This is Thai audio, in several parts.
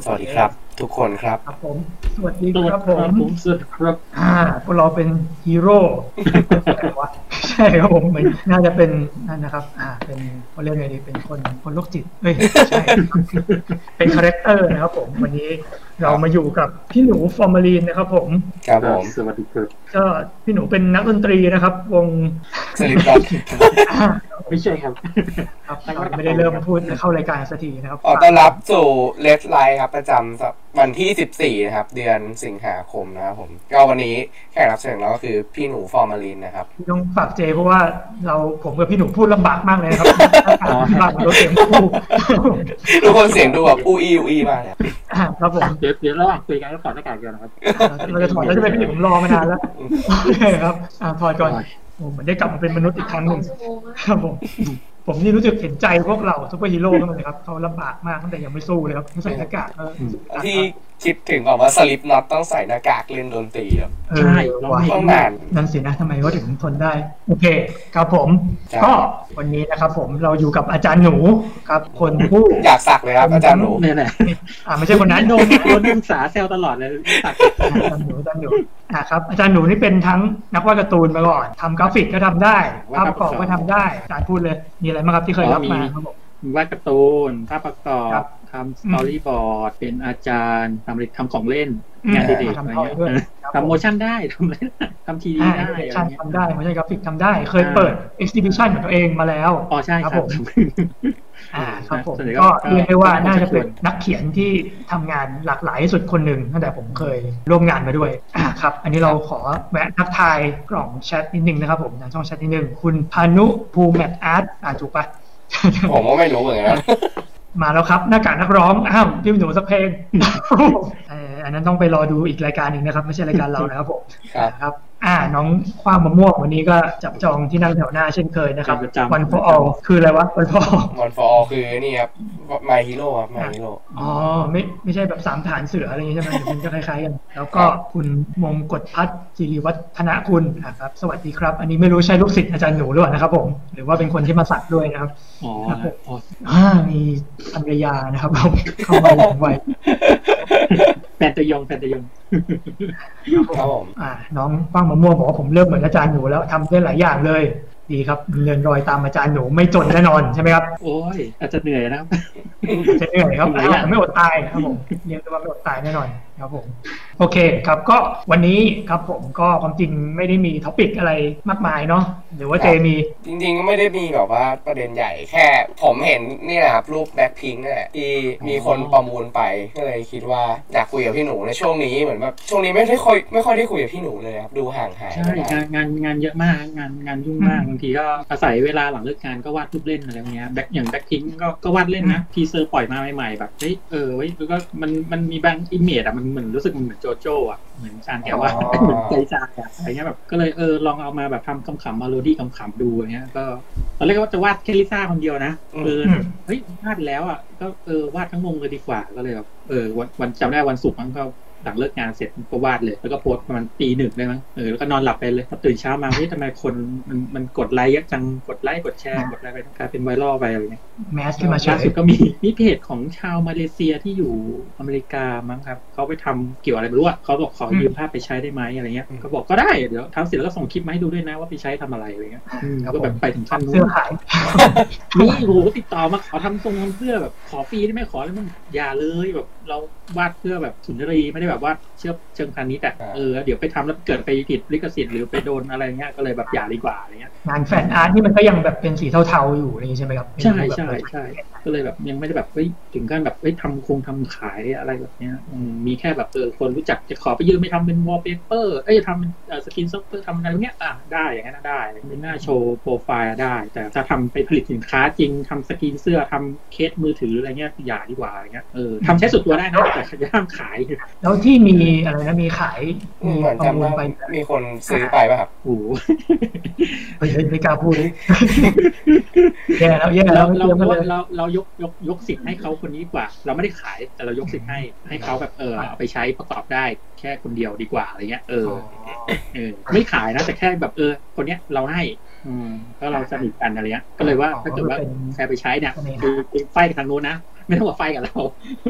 สวัสดีครับทุกคนครับครับผมสวัสดีครับผมสวัสดีครับพวกเราเป็นฮีโร่วะใช่ครับผมเหมือนน่าจะเป็นนั่นนะครับเป็นเขาเรียกไงดีเป็นคนโรคจิตเอ้ยใช่เป็นคาแรคเตอร์นะครับผมวันนี้เรามาอยู่กับพี่หนูฟอร์มาลีนนะครับผมครับผมสวัสดีครับก็พี่หนูเป็นนักดนตรีนะครับวงสลิปน็อตไม่ใช่ครับไม่ได้เริ่มพูดเข้ารายการสักทีนะครับต้อนรับสู่เลสไลท์ครับประจำวันที่14นะครับเดือนสิงหาคมนะครับผมก็วันนี้แขกรับเชิญเราก็คือพี่หนูฟอร์มาลีนนะครับต้องฝากเจเพราะว่าผมกับพี่หนูพูดลำบากมากเลยนะครับลำบากเราเสียงพูดทุกคนเสียงดูแบบอู้อี้มากเลยครับผมเดี๋ยวระหว่างคุยกันก็ถอดหน้ากากกันนะครับเราจะถอดแล้วจะไปพี่ผมรอมานานแล้วโอเคครับถอดก่อนเหมือนได้กลับมาเป็นมนุษย์อีกครั้งหนึ่งครับผมนี่รู้สึกเห็นใจพวกเราซุปเปอร์ฮีโร่ทั้งหมดเลยครับเขาลำบากมากตั้งแต่ยังไม่สู้เลยครับต้องใส่หน้ากากที่คิดถึงบอกว่าสลิปน็อตต้องใส่หน้ากากเล่นดนตรีครับใช่ต้องนานนั่นสินะทำไมเขาถึงทนได้โอเคครับผมก็วันนี้นะครับผมเราอยู่กับอาจารย์หนูครับคนผู้อยากสักเลยครับอาจารย์หนูเนี่ยแหละไม่ใช่คนนั้นโดนศึกษาเซลตลอดเลยอาจารย์หนูครับอาจารย์หนูนี่เป็นทั้งนักวาดการ์ตูนมาก่อนทำกราฟิกก็ทำได้ภาพประกอบก็ทำได้อาจารย์พูดเลยมีอะไรบ้างครับที่เคยรับมาครับผมวาดการ์ตูนภาพประกอบทำสตอรี่บอร์ดเป็นอาจารย์ทำของเล่นงานเด็กๆอะไรเงี้ยทำโมชั่นได้ทำทีดีได้ทำได้โมชั่นกราฟิกทำได้เคยเปิด exhibition ของตัวเองมาแล้วใช่ครับผมครับผมก็เรียกได้ว่าน่าจะเป็นนักเขียนที่ทำงานหลากหลายที่สุดคนหนึ่งตั้งแต่ผมเคยร่วมงานมาด้วยครับอันนี้เราขอแวะทักทายกล่องแชทนิดนึงนะครับผมทางช่องแชทนิดนึงคุณพานุภูมิแมทอาร์ตถูกปะผมก็ไม่รู้เหมือนกันมาแล้วครับหน้ากากนักร้องพี่หนูสักเพลงอันนั้นต้องไปรอดูอีกรายการหนึ่งนะครับไม่ใช่รายการเรานะครับผมครับน้องความมะม่วงวันนี้ก็จับจองที่นั่งแถวหน้าเช่นเคยนะครับ One for all คืออะไรวะ One for all คือนี่ครับ My Hero ครับ My Hero ไม่ใช่แบบ3ฐานเสืออะไรอย่างนี้ใช่ไหมมันจะคล้ายๆกันแล้วก็คุณมงกฎพัฒน์ศิริวัฒนคุณครับสวัสดีครับอันนี้ไม่รู้ใช่ลูกศิษย์อาจารย์หนูหรือเปล่านะครับผมหรือว่าเป็นคนที่มาสักด้วยนะครับมีภรรยานะครับผมเข้ามาอย่างไวแฟนตะยงครับผมน้องฟังมะม่วงบอกว่าผมเริ่มเหมือนอาจารย์หนูแล้วทำได้หลายอย่างเลยดีครับเดินรอยตามอาจารย์หนูไม่จนแน่นอนใช่ไหมครับโอ้ยอาจจะเหนื่อยนะครับจะเหนื่อยครับไม่อดตายครับผมเรียกว่าไม่อดตายแน่นอนครับผมโอเคครับก็วันนี้ครับผมก็ความจริงไม่ได้มีท็อปิกอะไรมากมายเนาะหรือว่าเจมีจริงๆก็ไม่ได้มีแบบว่าประเด็นใหญ่แค่ผมเห็นนี่แหละครับรูปแบ็คพิงค์นี่แหละที่มีคนประมูลไปก็เลยคิดว่าอยากคุยกับพี่หนูในช่วงนี้เหมือนแบบช่วงนี้ไม่ค่อยได้คุยกับพี่หนูเลยครับดูห่างหายใช่งานเยอะมากงานยุ่งมากบางทีก็อาศัยเวลาหลังเลิกงานก็วาดรูปเล่นอะไรเงี้ยอย่างแบ็คพิงค์ก็วาดเล่นนะทีเซอร์ปล่อยมาใหม่ๆแบบแล้วก็มันมีบางอิมเมจมันเหมือนรู้สึกมันเหมือนโจโจ้เหมือนจานแกว่าเหมือนใจจานอะไรเงี้ยแบบก็เลยลองเอามาแบบทำขำๆมาโรดี้ขำๆดูอย่างเงี้ยก็ตอนแรกก็จะวาดแค่ลิซ่าคนเดียวนะวาดแล้วก็วาดทั้งวงเลยดีกว่าก็เลยแบบวันจำได้วันศุกร์มันก็หลังเลิกงานเสร็จก็วาดเลยแล้วก็โพสประมาณตี 1ได้มั้งแล้วก็นอนหลับไปเลยพอตื่นเช้ามาทำไมคนมันกดไลค์เยอะจังกดไลค์กดแชร์กดอะไรไปกลายเป็นไวรัลไปอะไรเงี้ยแมสขึ้นมาล่าสุดก็มีเพจของชาวมาเลเซียที่อยู่อเมริกามั้งครับเขาไปทำเกี่ยวอะไรไม่รู้เขาบอกขอยืมภาพไปใช้ได้ไหมอะไรเงี้ยก็บอกก็ได้เดี๋ยวทำเสร็จแล้วก็ส่งคลิปมาให้ดูด้วยนะว่าไปใช้ทำอะไรอะไรเงี้ยก็แบบไปถึงขั้นนู้นเสื้อขายนี่โหติดต่อมาขอทำทรงเสื้อแบบขอฟรีได้ไหมขอแล้วมันอย่าเลยแบบเราวาดเพื่อแบบสุนทรีไม่ได้แบบวาดเชิงพาณิชย์แต่เดี๋ยวไปทำแล้วเกิดไปผิดลิขสิทธิ์หรือไปโดนอะไรเงี้ยก็เลยแบบอย่าดีกว่าอะไรเงี้ยงานแฟนอาร์ตนี่มันก็ยังแบบเป็นสีเทาๆอยู่นี่ใช่ไหมครับใช่ก็เลยแบบยังไม่ได้แบบถึงขั้นแบบทำขายอะไรแบบเนี้ยมีแค่แบบคนรู้จักจะขอไปยืมไม่ทำเป็นวอลเปเปอร์ทำเป็นสกินซ็อกเกอร์ทำอะไรเงี้ยได้อย่างนั้นได้เป็นหน้าโชว์โปรไฟล์ได้แต่ถ้าทำไปผลิตสินค้าจริงทำสกินเสื้อทำเคสมือถืออะไรเงี้ยอย่าดีกว่าอะไรเงี้ยทำใช้สุดตัวได้นะแต่ห้ามขายแล้วที่มีอะไรนะมีขายมีประมูลไปมีคนซื้อไปป่ะครับโอ้ไม่กล้าพูดแย่แล้วเรายกสิทธิ์ให้เขาคนนี้ดีกว่าเราไม่ได้ขายแต่เรายกสิทธิ์ให้เขาแบบเอาไปใช้ประกอบได้แค่คนเดียวดีกว่าอะไรเงี้ยไม่ขายนะแต่แค่แบบคนเนี้ยเราให้ก็เราสนิทกันอะไรเงี้ยก็เลยว่าถ้าเกิดว่าใครไปใช้เนี่ยคือไฟกับทางโน้นนะไม่ต้องมาไฟกับเรา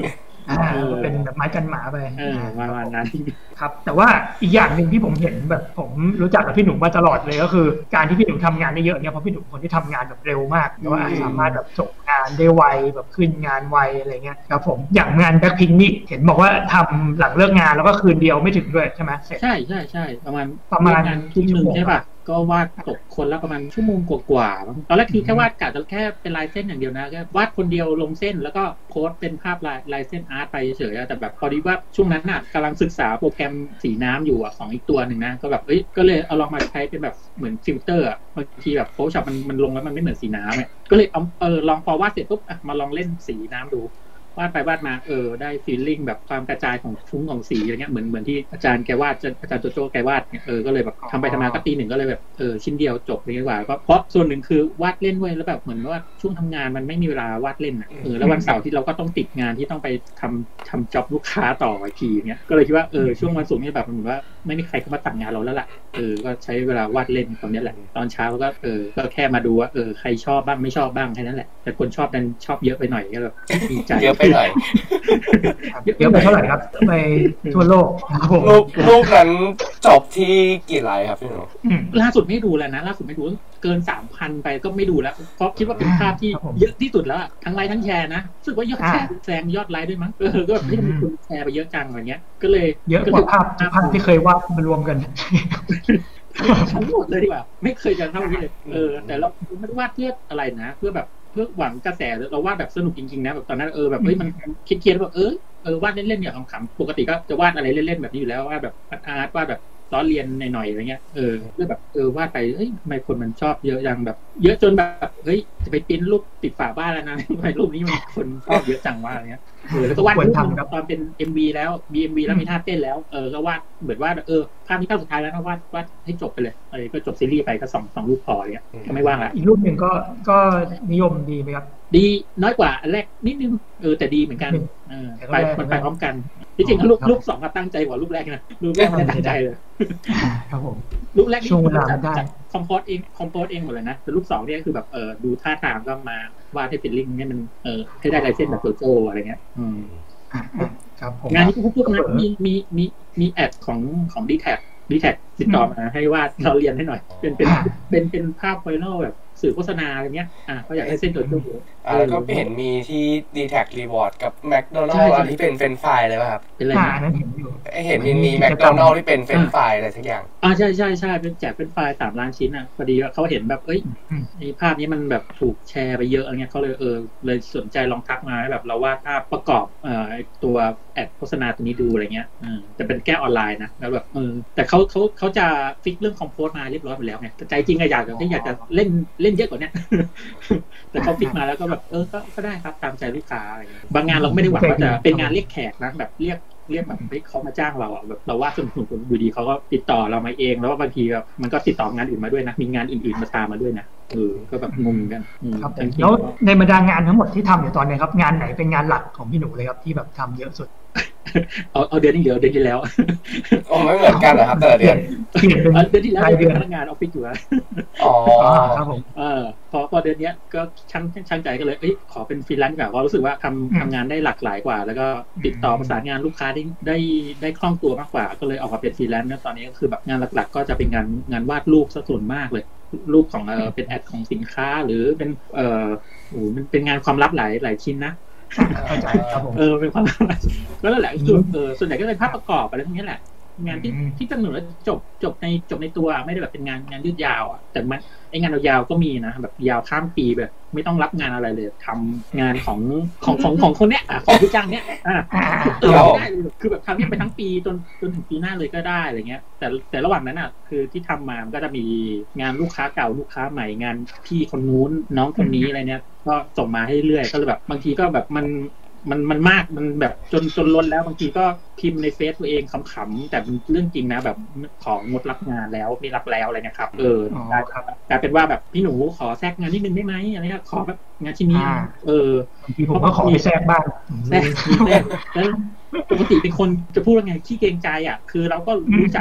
เป็นแบบไม้กันหมาไปประมาณนั้นครับแต่ว่าอีกอย่างหนึ่งที่ผมเห็นแบบผมรู้จักกับพี่หนุ่มมาตลอดเลยก็คือการที่พี่หนุ่มทำงานได้เยอะเนี่ยเพราะพี่หนุ่มคนที่ทำงานแบบเร็วมากแต่ว่าสามารถแบบจบงานได้ไวแบบขึ้นงานไวอะไรเงี้ยครับผมอย่างงานแบ็คพิงค์นี่เห็นบอกว่าทำหลังเลิกงานแล้วก็คืนเดียวไม่ถึงด้วยใช่ไหมใช่ประมาณงานทุ่มนึงใช่ป่ะก็วาดตกคนละประมาณชั่วโมงกว่าตอนแรกคือแค่วาดกะจะแค่เป็นลายเส้นอย่างเดียวนะแค่วาดคนเดียวลงเส้นแล้วก็โพสเป็นภาพลายเส้นอาร์ตไปเฉยๆแต่แบบพอดีว่าช่วงนั้นน่ะกำลังศึกษาโปรแกรมสีน้ำอยู่ของอีกตัวหนึ่งนะก็แบบก็เลยเอาลองมาใช้เป็นแบบเหมือนฟิลเตอร์บางทีแบบ Photoshop มันลงแล้วมันไม่เหมือนสีน้ำก็เลยเอาลองพอวาดเสร็จปุ๊บมาลองเล่นสีน้ำดูวาดไปวาดมาได้ฟีลลิ่งแบบความกระจายของฟุ้งของสีอะไรเงี้ยเหมือนที่อาจารย์แกวาดอาจารย์โจโจ้แกวาดก็เลยแบบทำไปทำมาก็ตีหนึ่งก็เลยแบบชิ้นเดียวจบเลยดีกว่าก็เพราะส่วนหนึ่งคือวาดเล่นด้วยแล้วแบบเหมือนว่าช่วงทำงานมันไม่มีเวลาวาดเล่นแล้ววันเสาร์ที่เราก็ต้องติดงานที่ต้องไปทำจ็อบลูกค้าต่ออีกทีเงี้ยก็เลยคิดว่าช่วงวันศุกร์นี่แบบเหมือนว่าไม่มีใครเข้ามาตัดงานเราแล้วล่ะก็ใช้เวลาวาดเล่นตอนนี้แหละตอนเช้าก็ก็แค่มาดูว่าใครชอบบ้างไม่ชอบบ้างแค่นั้นแหละแต่คนชอบนั้นชอบเยอะไปหน่อยก็แบบดีใจเยอะไปหน่อยเยอะไปเท่าไหร่ครับไปทั่วโลกรูปนั้นจบที่กี่ไลค์ครับพี่หนูล่าสุดไม่ดูแล้วนะล่าสุดไม่ดูเกิน 3,000 ไปก็ไม่ดูแล้วเพราะคิดว่าเป็นภาพที่เยอะที่สุดแล้วทั้งไลค์ทั้งแชร์นะรู้สึกว่ายอดแชร์แซงยอดไลค์ด้วยมั้งก็แบบไม่ได้มีคนแชร์ไปเยอะจังอะไรเงี้ยก็เลยเยอะกว่าภาพที่เคยวาดมารวมกันทั้งหมดเลยดีกว่าไม่เคยจะเท่านี้เลยแต่เราไม่ได้วาดเพื่ออะไรนะเพื่อหวังกระแสเราวาดแบบสนุกจริงๆนะแบบตอนนั้นแบบมันเครียดๆแบบวาดเล่นๆเนี่ยขำๆปกติก็จะวาดอะไรเล่นๆแบบนี้อยู่แล้ววาดแบบอาร์ตวาดแบบล้อเลียนหน่อยๆอะไรเงี้ยเพื่อแบบวาดไปทำไมคนมันชอบเยอะจังแบบเยอะจนแบบจะไปปิ้นรูปติดฝาบ้านแล้วนะทำไมรูปนี้มันคนชอบเยอะจังวะอะไรเงี้ยแล้วก็วาดรูปตอนเป็น MV แล้ว MV แล้วมีท่าเต้นแล้วก็วาดเหมือนว่าภาพนี้ภาพสุดท้ายแล้วก็วาดให้จบไปเลยก็จบซีรีส์ไปก็2รูปพอเนี่ยก็ไม่ว่างละอีกรูปหนึ่งก็นิยมดีไหมครับดีน้อยกว่าอันแรกนิดนึงแต่ดีเหมือนกันไปพร้อมกันจริงๆลูก2ก็ตั้งใจกว่าลูกแรกนะลูกแรกไม่ตั้งใจเลยครับผมลูกแรกช่วงเวลาได้คอมโพสเองหมดเลยนะแต่ลูก2เนี่ยคือแบบดูท่าทางก็มาวาดให้เป็นลิงก์ให้มันให้ได้ลายเส้นแบบโจอะไรเงี้ยครับผมงานนี้พวกนั้นมีแอดของดีแท็กติดต่อมาให้วาดเราเรียนให้หน่อยเป็นภาพไวรัลแบบสื่อโฆษณาอะไรเงี้ยเขาอยากให้เส้นโจโจ้แล้วก็เห็นมีที่ D-Tag Reward กับ McDonald's ที่เป็นเฟรนช์ฟรายเลยป่ะครับเป็นอะไรนั้นเห็นอยู่เห็นมี McDonald's ที่เป็นเฟรนช์ฟรายอะไรสักอย่างใช่เป็นแจกเฟรนช์ฟราย3 ล้านชิ้นพอดีเขาเห็นแบบภาพนี้มันแบบถูกแชร์ไปเยอะอะไรเงี้ยเขาเลยสนใจลองทักมาแบบเราวาดภาพประกอบตัวแอดโฆษณาตัวนี้ดูอะไรเงี้ยแต่เป็นแก้ออนไลน์นะแล้วแบบแต่เขาจะฟิกเรื่องคอมโพสมาเรียบร้อยหมดแล้วไงแต่ใจจริงอยากจะเล่นเยอะกว่านี้แต่เขาฟิกมาแล้วก็แบบก็ได้ครับตามใจลูกค้าอะไรเงี้ยบางงานเราไม่ได้หวังว่าจะเป็นงานเรียกแขกนะแบบเรียกแบบเขามาจ้างเราแบบเราว่าสนุกอยู่ดีเขาก็ติดต่อเรามาเองแล้วบางทีแบบมันก็ติดต่องานอื่นมาด้วยนะมีงานอื่นๆมาตามมาด้วยนะก็แบบงงกันครับแล้วในบรรดางานทั้งหมดที่ทำอยู่ตอนนี้ครับงานไหนเป็นงานหลักของพี่หนูเลยครับที่แบบทำเยอะสุดเอาเดือนนี้เดือนที่แล้วไม่เหมือนกันเหรอครับแต่เดือนที่แล้วเป็นพนักงานออฟฟิศอยู่นะครับผมพอเดือนนี้ก็ช่างใจก็เลยขอเป็นฟรีแลนซ์ก่อนเพราะรู้สึกว่าทำงานได้หลากหลายกว่าแล้วก็ติดต่อประสานงานลูกค้าได้คล่องตัวมากกว่าก็เลยออกมาเป็นฟรีแลนซ์ตอนนี้ก็คือแบบงานหลักๆก็จะเป็นงานวาดรูปซะส่วนมากเลยรูปของเป็นแอดของสินค้าหรือเป็นมันเป็นงานความลับหลายชิ้นนะเข้าใจครับผมเป็นความก็นั่นแหละส่วนใหญ่ก็เป็นภาพประกอบอะไรพวกนี้แหละงานที่กำหนดแล้วจบในตัวไม่ได้แบบเป็นงานยืดยาวแต่มันงานยาวก็มีนะแบบยาวข้ามปีแบบไม่ต้องรับงานอะไรเลยทำงานของคนเนี้ยของผู้จ้างเนี้ยได้คือแบบทำไปทั้งปีจนถึงปีหน้าเลยก็ได้อะไรเงี้ยแต่ระหว่างนั้นคือที่ทำมามันก็จะมีงานลูกค้าเก่าลูกค้าใหม่งานพี่คนนู้นน้องคนนี้อะไรเนี้ยก็ส่งมาให้เรื่อยก็เลยแบบบางทีก็แบบมันมากมันแบบจนล้นแล้วบางทีก็พิมพ์ในเฟซตัวเองขำๆแต่เป็นเรื่องจริงนะแบบของงดรับงานแล้วไม่รับแล้วอะไรนะครับกลายเป็นว่าแบบพี่หนูขอแทรกงานนิดนึงได้ไหมอะไรเงี้ยขอแบบงานชิ้นนี้บางทีผมก็ขอไปแทรกบ้างแล้วปกติเป็นคนจะพูดว่าไงขี้เกรงใจคือเราก็รู้จักกับ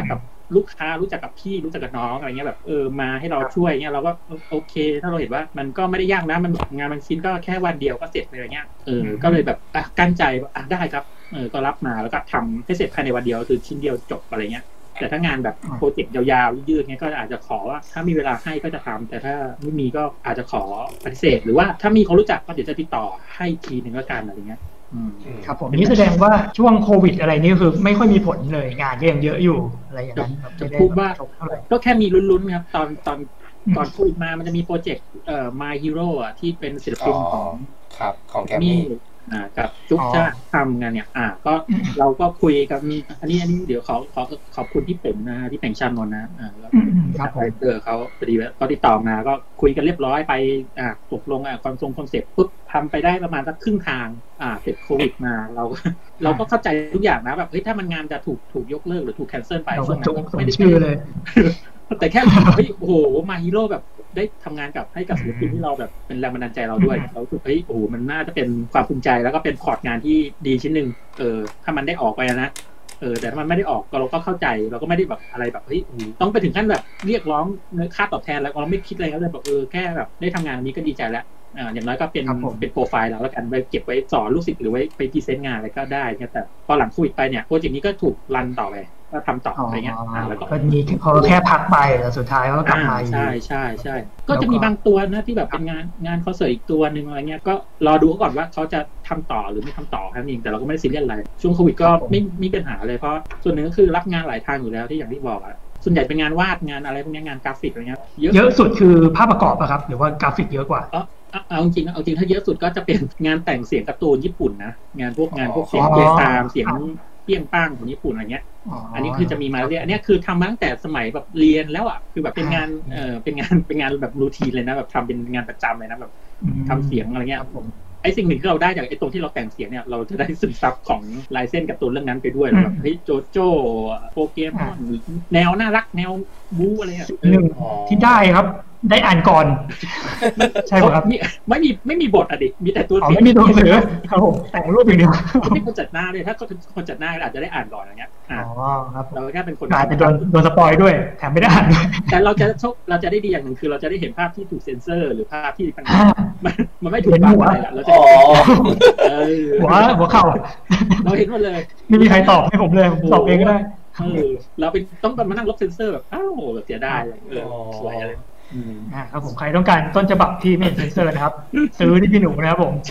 ลูกค้ารู้จักกับพี่รู้จักกับน้องอะไรเงี้ยแบบมาให้เราช่วยเงี้ยเราก็โอเคถ้าเราเห็นว่ามันก็ไม่ได้ยากนะมันงานบางชิ้นก็แค่วันเดียวก็เสร็จเลยเงี้ยก็เลยแบบกั้นใจได้ครับก็รับมาแล้วก็ทำให้เสร็จภายในวันเดียวคือชิ้นเดียวจบอะไรเงี้ยแต่ถ้างานแบบโปรเจกต์ยาวๆยืดๆเงี้ยก็อาจจะขอว่าถ้ามีเวลาให้ก็จะทำแต่ถ้าไม่มีก็อาจจะขอปฏิเสธหรือว่าถ้ามีเขารู้จักก็เดี๋ยวจะติดต่อให้ทีนึงแล้วกันอะไรเงี้ยครับผมนี่แสดงว่าช่วงโควิดอะไรนี่คือไม่ค่อยมีผลเลยงานก็ยังเยอะอยู่อะไรอย่างนั้นจะพูดว่าก็แค่มีลุ้นๆครับตอนก่อนโควิดมามันจะมีโปรเจกต์My Hero อ่ะที่เป็นศิลปินของแกมมี่กับจุ๊บจ้าทำงานเนี่ยก็เราก็คุยกันอันนี้เดี๋ยวขอบคุณที่เป่งนะที่เป่งชานนท์นะครับเขาพอดีเขาติดต่อมาก็คุยกันเรียบร้อยไปตกลงคอนเซ็ปต์ปุ๊บทำไปได้ประมาณสักครึ่งทางเสร็จโควิดมาเราก็เข้าใจทุกอย่างนะแบบถ้ามันงานจะถูกยกเลิกหรือถูกแคนเซิลไปช่วงนั้นไม่ได้ชื่อเลยแต่แค่โอ้โหมาฮีโร่แบบได้ทำงานให้กับศิลปินที่เราแบบเป็นแรงบันดาลใจเราด้วยเราคิดโอ้โหมันน่าจะเป็นความภูมิใจแล้วก็เป็นพอร์ตงานที่ดีชิ้นหนึ่งถ้ามันได้ออกไปนะแต่ถ้ามันไม่ได้ออกเราก็เข้าใจเราก็ไม่ได้แบบอะไรแบบต้องไปถึงขั้นแบบเรียกร้องค่าตอบแทนแล้วเราไม่คิดอะไรแล้วเลยแบบแค่แบบได้ทำงานนี้ก็ดีใจแล้วอย่างน้อยก็เป็นโปรไฟล์เราแล้วกันไว้เก็บไว้สอนลูกศิษย์หรือไว้ไปพรีเซนต์งานอะไรก็ได้แต่พอหลังโควิดไปเนี่ยโปรเจกต์นี้ก็ถูกรันต่อไปก็ทำต่ออะไรเงี้ยแล้วก็มีเขาแค่พักไปแล้วสุดท้ายก็กลับมาใช่ก็จะมีบางตัวนะที่แบบเป็นงานคอนเสิร์ตอีกตัวนึงอะไรเงี้ยก็รอดูก่อนว่าเขาจะทำต่อหรือไม่ทำต่อแค่นั้นเองแต่เราก็ไม่ได้ซีเรียสอะไรช่วงโควิดก็ไม่มีปัญหาเลยเพราะส่วนหนึ่งก็คือรับงานหลายทางอยู่แล้วที่อย่างที่บอกส่วนใหญ่เป็นงานวาดงานอะไรพวกนี้งานกราฟิกอะไรเงี้ยเยอะสุดคือภาพประกอบอะครับหรือว่ากราฟิกเยอะกว่าเอาจริงถ้าเยอะสุดก็จะเป็นงานแต่งเสียงการ์ตูนญี่ปุ่นนะงานพวกเสียงเบสามเสียงเปี้ยงป้างของญี่ปุ่นอะไรเงี้ยอันนี้คือจะมีมาเรื่อยอันนี้คือทำมาตั้งแต่สมัยแบบเรียนแล้วคือแบบเป็นงานแบบรูทีนเลยนะแบบทำเป็นงานประจำเลยนะแบบทำเสียงอะไรเงี้ยไอ้สิ่งหนึ่งที่เราได้จากไอ้ตรงที่เราแต่งเสียงเนี่ยเราจะได้ซึมซับของลายเส้นกับตัวเรื่องนั้นไปด้วยแบบโจโจ้โปเกมอนแนวน่ารักแนวบู๊อะไรหนึ่งที่ได้ครับได้อ่านก่อนใช่ครับไม่มีบทดิมีแต่ตัวเสียงไม่มีตัวเสือครับผมแต่งรูปอย่างเดียวไม่คนจัดหน้าเลยถ้าคนจัดหน้าอาจจะได้อ่านก่อนอย่างเงี้ยครับเราแค่เป็นคนอาจจะโดนสปอยด้วยแถมไม่ได้อ่านแต่เราจะได้ดีอย่างหนึ่งคือเราจะได้เห็นภาพที่ถูกเซ็นเซอร์หรือภาพที่มันไม่ถูกบังอะไรเราจะหัวเข่าเราเห็นหมดเลยไม่มีใครตอบให้ผมเลยตอบเองก็ได้เราเป็นต้องมานั่งลบเซ็นเซอร์แบบแบบเสียดายสวยอะไรครับผมใครต้องการต้นฉบับที่ไม่เซ็นเซอร์นะครับซื้อที่พี่หนูนะครับผม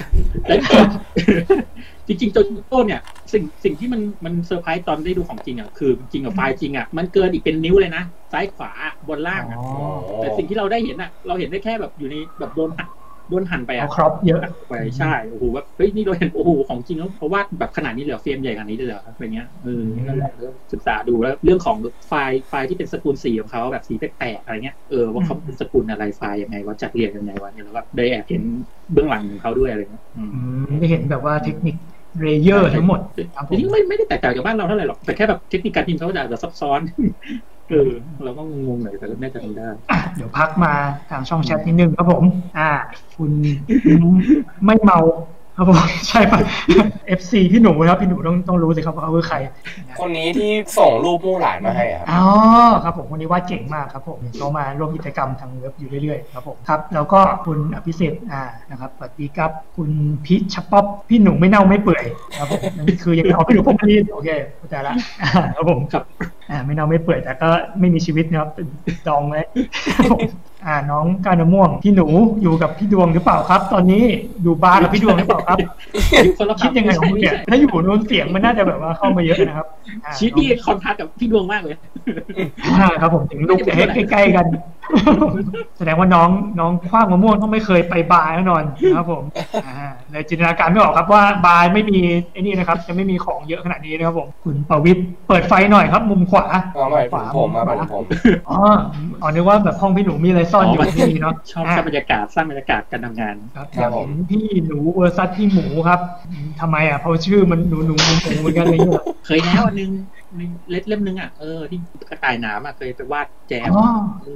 จริงๆโต้เนี่ยสิ่งที่มันเซอร์ไพรส์ตอนได้ดูของจริงคือจริงกับไฟล์จริงมันเกินอีกเป็นนิ้วเลยนะซ้ายขวาบนล่างแต่สิ่งที่เราได้เห็นเราเห็นได้แค่แบบอยู่ในแบบโดนหั่นไปครอบเยอะไปใช่โอ้โหแบบนี่เราเห็นโอ้โหของจริงแล้วเพราะว่าแบบขนาดนี้เหลือเฟรมใหญ่ขนาดนี้เลยเหรออะไรเงี้ยศึกษาดูแล้วเรื่องของไฟล์ที่เป็นสกุลสีของเขาแบบสีแปลกๆอะไรเงี้ยว่าเขาเป็นสกุลอะไรไฟล์ยังไงว่าจัดเรียงยังไงวะเนี่ยแล้วแบบได้แอบเห็นเบื้องหลังของเขาด้วยอะไรเงี้ยได้เห็นแบบว่าเทคนิคเรเยอร์ทั้งหมดจริงไม่ได้แตกต่างจากบ้านเราเท่าไหร่หรอกแต่แค่แบบเทคนิคการพิมพ์เขาอาจจะซับซ้อนเราก็งงๆหน่อยแต่ก็น่าจะทำได้เดี๋ยวพักมาทางช่องแชทนิดนึงครับผมคุณไม่เมาครับผมใช่ป่ะ FC พี่หนูครับพี่หนูต้องรู้สิครับว่าเขาคือใครคนนี้ที่ส่งรูปมู่หลานมาให้ครับครับผมคนนี้วาดเก่งมากครับผมเขามาร่วมกิจกรรมทางเว็บอยู่เรื่อยๆครับผมครับแล้วก็คุณอภิเษกนะครับสวัสดีครับคุณพิชป๊อปพี่หนูไม่เน่าไม่เปื่อยครับผมนี่คือยังเอาพี่หนูพงศ์ลีโอเคเข้าใจละครับผมครับไม่เน่าไม่เปื่อยแต่ก็ไม่มีชีวิตนะครับดองไว้น้องกาญม่วงพี่หนูอยู่กับพี่ดวงหรือเปล่าครับตอนนี้อยู่บ้านกับพี่ดวงหรือเปล่าครับคิดยังไงของมึงเนี่ยถ้าอยู่นู้นเสียงมันน่าจะแบบว่าเข้ามาเยอะนะครับชีวิตที่คอนทราสต์กับพี่ดวงมากเลยครับผมถึงลูกจะให้ใกล้ๆกันแสดงว่าน้องคว้างมะม่วงต้องไม่เคยไปบาร์แน่นอนนะครับผมเลยจินตนาการไม่ออกครับว่าบาร์ไม่มีไอ้นี่นะครับจะไม่มีของเยอะขนาดนี้นะครับผมคุณประวิตรเปิดไฟหน่อยครับมุมขวาผมนึกว่าแบบห้องพี่หนูมีอะไรซ่อนอยู่ที่นี่เนาะชอบสร้างบรรยากาศการทำงานครับผมพี่หนูเวอร์ซัสพี่หมูครับทำไมเพราะชื่อมันหนูเหมือนกันเลยเคยแล้วอันนึงเล่มนึงที่กระต่ายหนามเคยไปวาดแจม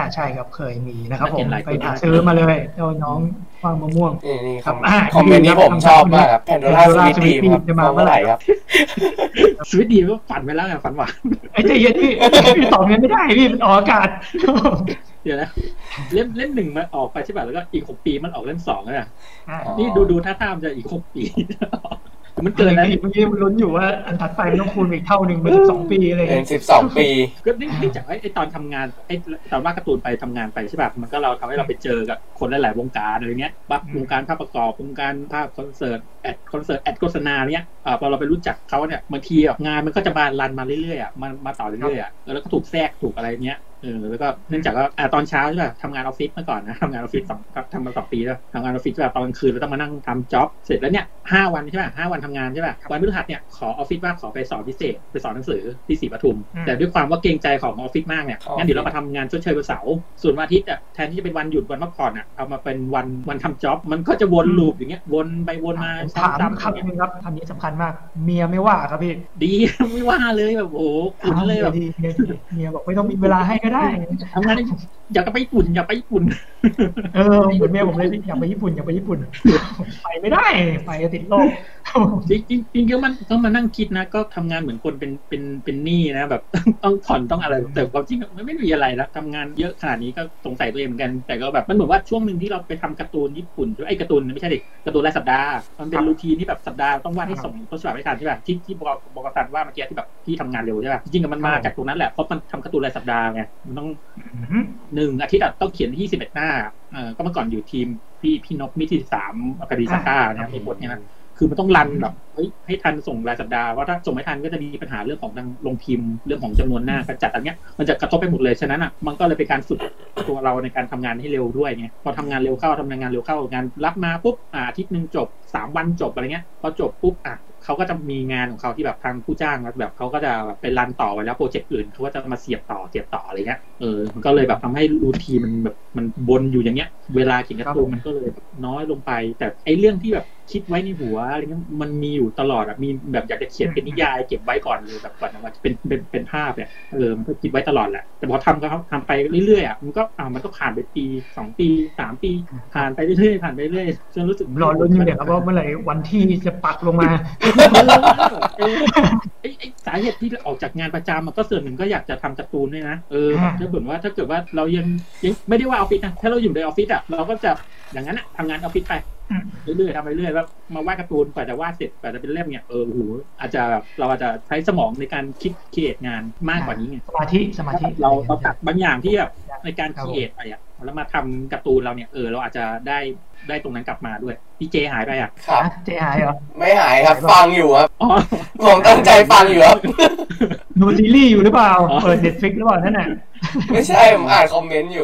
ใช่ครับเคยมีนะครับผมหลายคนไปหาซื้อมาเลยเจ้าน้องฟางมะม่วงนี่คครัรับบ คอมเมนต์นี้ผมชอบมากครับแพนโดร่าสวีทดีมครับจะมาเมื่อไหร่ครับสวิตดีก็ฝันไปแล้วไงฝันหวานไอ้ใจเย็นพี่ตอบงั้นไม่ได้พี่มันออกอากาศเดี๋ยวนะเล่มหนึ่งมันออกไปใช่ป่ะแล้วก็อีก6 ปีมันออกเล่ม2แล้วนะอ่านี่ดูท่าทางจะอีก6 ปีมันเกินนะเมื่อกี้มันลุ้นอยู่ว่าอันถัดไปมันต้องคูณอีกเท่าหนึ่งเป็น12 ปีอะไรเป็น12 ปีก็นี่จากไอ้ตอนทำงานไอ้ตอนวาดการ์ตูนไปทำงานไปใช่ป่ะมันก็เราทำให้เราไปเจอกับคนหลายๆวงการอะไรเงี้ยปั๊บวงการภาพประกอบวงการภาพคอนเสิร์ตแอดโฆษณาเนี้ยพอเราไปรู้จักเขาเนี่ยบางทีงานมันก็จะมารันมาเรื่อยๆอ่ะมาต่อเรื่อยๆอ่ะแล้วก็ถูกแทรกถูกอะไรเงี้ยแล้วก็เนื่องจากว่าตอนเช้าใช่ป่ะทำงานออฟฟิศมาก่อนนะทำงานออฟฟิศทำมา2 ปีแล้วทำงานออฟฟิศแบบตอนกลางคืนเราต้องมานั่งทำจ็อบเสร็จแล้วเนี่ย5 วันใช่ป่ะ5 วันทำงานใช่ป่ะวันพฤหัสเนี่ยขอออฟฟิศว่าขอไปสอนพิเศษไปสอนหนังสือที่ศรีปทุมแต่ด้วยความว่าเกรงใจของออฟฟิศมากเนี่ยงั้นเดี๋ยวเรามาทำงานชดเชยวันเสาร์ส่วนวันอาทิตย์อ่ะแทนที่จะเป็นวันหยุดวันพักผ่อนอ่ะเอามาเป็นวันทำจ็อบมันก็จะวนลูปอย่างเงี้ยวนไปวนมาถามคำนึงครับคำนี้สำคัญมากเมียไม่ว่าครับพี่ดีไม่ว่าเลยแบบโอ้ขุนเลยแบบเมียบอกไม่ต้องมีเวลาให้ก็ได้ทำงานอยากไปญี่ปุ่นอยากไปญี่ปุ่นเหมือนเมียผมเลยอยากไปญี่ปุ่นไปไม่ได้ไปติดโรคจริงก็มันต้องมานั่งคิดนะก็ทำงานเหมือนคนเป็นหนี้นะแบบต้องผ่อนต้องอะไรแต่ความจริงมันไม่มีอะไรนะทำงานเยอะขนาดนี้ก็สงสัยตัวเองเหมือนกันแต่ก็แบบมันเหมือนว่าช่วงหนึ่งที่เราไปทำการ์ตูนญี่ปุ่นไอ้การ์ตูนไม่ใช่เด็กการ์ตูนรายสัปดาห์มันเป็นรูทีนที่แบบสัปดาห์ต้องวาดให้ส่งต้นฉบับให้ทันใช่ป่ะที่บอกกันว่าเมื่อกี้ที่แบบที่ทำงานเร็วใช่ป่ะจริงๆมันมาจากตรงนั้นแหละเพราะมันทำการ์ตูนรายสัปดาห์ไงมันต้อง1 อาทิตย์ต้องเขียนที่21 หน้าก็เมื่อก่อนอยู่ทีมพี่นกมิที่3คดีซาก้าเนี่ยมีบทเนี่ยนะคือมันต้องรันแบบให้ทันส่งรายสัปดาห์เพราะถ้าส่งไม่ทันก็จะมีปัญหาเรื่องของทางลงพิมพ์เรื่องของจำนวนหน้ากระจัดอันเนี้ยมันจะกระทบไปหมดเลยฉะนั้นอ่ะมันก็เลยเป็นการฝึกตัวเราในการทำงานให้เร็วด้วยไงพอทำงานเร็วเข้างานรับมาปุ๊บอาทิตย์นึงจบ3 วันจบอะไรเงี้ยพอจบปุ๊บเขาก็จะมีงานของเขาที่แบบทางผู้จ้างแบบเขาก็จะไปรันต่อไปแล้วโปรเจกต์อื่นเขาก็จะมาเสียบต่ออะไรเงี้ยมันก็เลยแบบทำให้รูทีนมันแบบมันวนอยู่อย่างเงี้ยเวลาเขียนการ์ตูนมันก็เลยน้อยลงไปแต่ไอ้เรื่องที่แบบคิดไว้ในหัวอะไรเงี้ยมันมีอยู่ตลอดมีแบบอยากจะเขียนเป็นนิยายเก็บไว้ก่อนเลยแบบก่อนว่าเป็นภาพเนี่ยมันก็คิดไว้ตลอดแหละแต่พอทำไปเรื่อยๆมันก็ผ่านไปปี2 ปี3 ปีผ่านไปเรื่อยจนรู้สึกรอลุ้นอยู่เนี่ยครับว่าเมื่อไหร่วันที่จะปักลงมาไอ้สาเหตุที่ออกจากงานประจำมันก็ส่วนหนึ่งก็อยากจะทำการ์ตูนด้วยนะถ้าเกิดว่าเรายังไม่ได้ว่าออฟฟิศนะถ้าเราอยู่ในออฟฟิศเราก็จะอย่างนั้นทำงานออฟฟิศไปเรื่อยๆทำไปเรื่อยแล้วมาวาดการ์ตูนกว่าจะวาดเสร็จกว่าจะเป็นเล่มเนี่ยอาจจะเราอาจจะใช้สมองในการคิดครีเอทงานมากกว่านี้ไงสมาธิเราตัดบางอย่างที่แบบในการครีเอทไปแล้วมาทำการ์ตูนเราเนี่ยเราอาจจะได้ตรงนั้นกลับมาด้วยพี่เจหายไปครับเจหายเหรอไม่หายครับฟังอยู่ครับผมตั้งใจฟังอยู่ครับดูซีรีส์อยู่หรือเปล่าเปิด Netflix หรือเปล่านั่นน่ะไม่ใช่ผมอ่านคอมเมนต์อยู่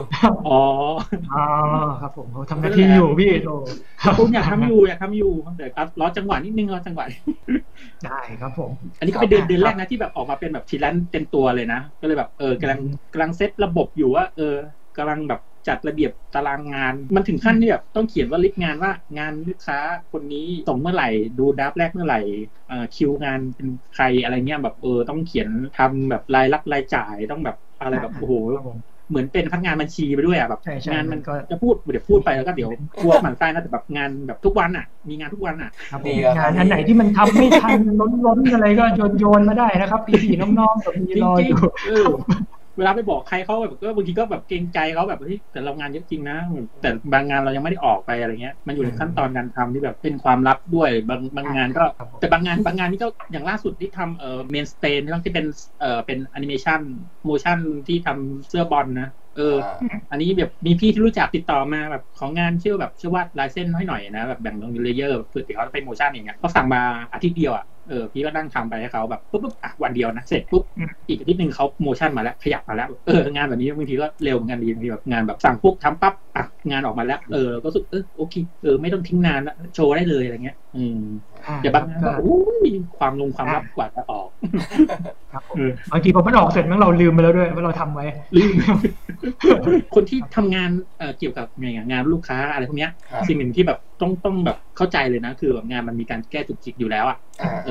ครับผมเขาทำหน้าที่อยู่พี่ผมอยากทำอยู่แต่รอจังหวะนิดนึงได้ครับผมอันนี้ก็เป็นเดือนแรกนะที่แบบออกมาเป็นแบบฟรีแลนซ์เต็มตัวเลยนะก็เลยแบบกำลังเซตระบบอยู่ว่ากำลังแบบจัดระเบียบตารางงานมันถึงขั้นที่แบบต้องเขียนว่าลิสต์งานว่างานลูกค้าคนนี้ส่งเมื่อไหร่ดูดับแรกเมื่อไหร่คิวงานเป็นใครอะไรเงี้ยแบบต้องเขียนทำแบบรายรับรายจ่ายต้องแบบอะไรแบบโอ้โหเหมือนเป็นพนักงานบัญชีไปด้วยแบบงานมันก็จะพูดไปแล้วก็เดี๋ยวพวกหมั่นไส้นะแต่แบบงานแบบทุกวันมีงานทุกวันงานอันไหนที่มันทำไม่ทันล้นอะไรก็โยนมาได้นะครับพี่น้องๆแบบมีรออยู่เวลาไปบอกใครเขาแบบก็บางทีก็แบบเกรงใจเขาแบบแต่เรางานเยอะจริงนะแต่บางงานเรายังไม่ได้ออกไปอะไรเงี้ยมันอยู่ในขั้นตอนการทำที่แบบเป็นความลับด้วยบางงานก็แต่บางงานนี่ก็อย่างล่าสุดที่ทำเมนสเตนที่เป็นเป็นแอนิเมชันโมชั่นที่ทำเสื้อบอลนะอันนี้แบบมีพี่ที่รู้จักติดต่อมาแบบของงานชื่อวาดลายเส้นให้หน่อยนะแบบแบ่งลงเลเยอร์เพื่อที่เขาจะเป็นโมชั่นอย่างเงี้ยเขาสั่งมาอาทิตย์เดียวพี่ก็นั่งทำไปให้เขาแบบปุ๊บวันเดียวนะเสร็จปุ๊บอีกอาทิตย์นึงเขาโมชั่นมาแล้วขยับมาแล้วงานแบบนี้บางทีก็เร็วเหมือนกันดีบางทีแบบงานแบบสั่งปุ๊บทำปั๊บงานออกมาแล้วก็รู้สึกโอเคไม่ต้องทิ้งนานละโชว์ได้เลยอะไรเงี้ยแต่บางงานก็มีความลับกว่าจะออกบางทีพอมันออกเสร็จเราลืมไปแล้วด้วยว่าเราทำไว้ลืมคนที่ทำงานเกี่ยวกับงานลูกค้าอะไรพวกนี้สิ่งหนึ่งที่แบบต้องแบบเข้าใจเลยนะคือแบบงานมันมีการแก้จุกจิกอยู่แล้ว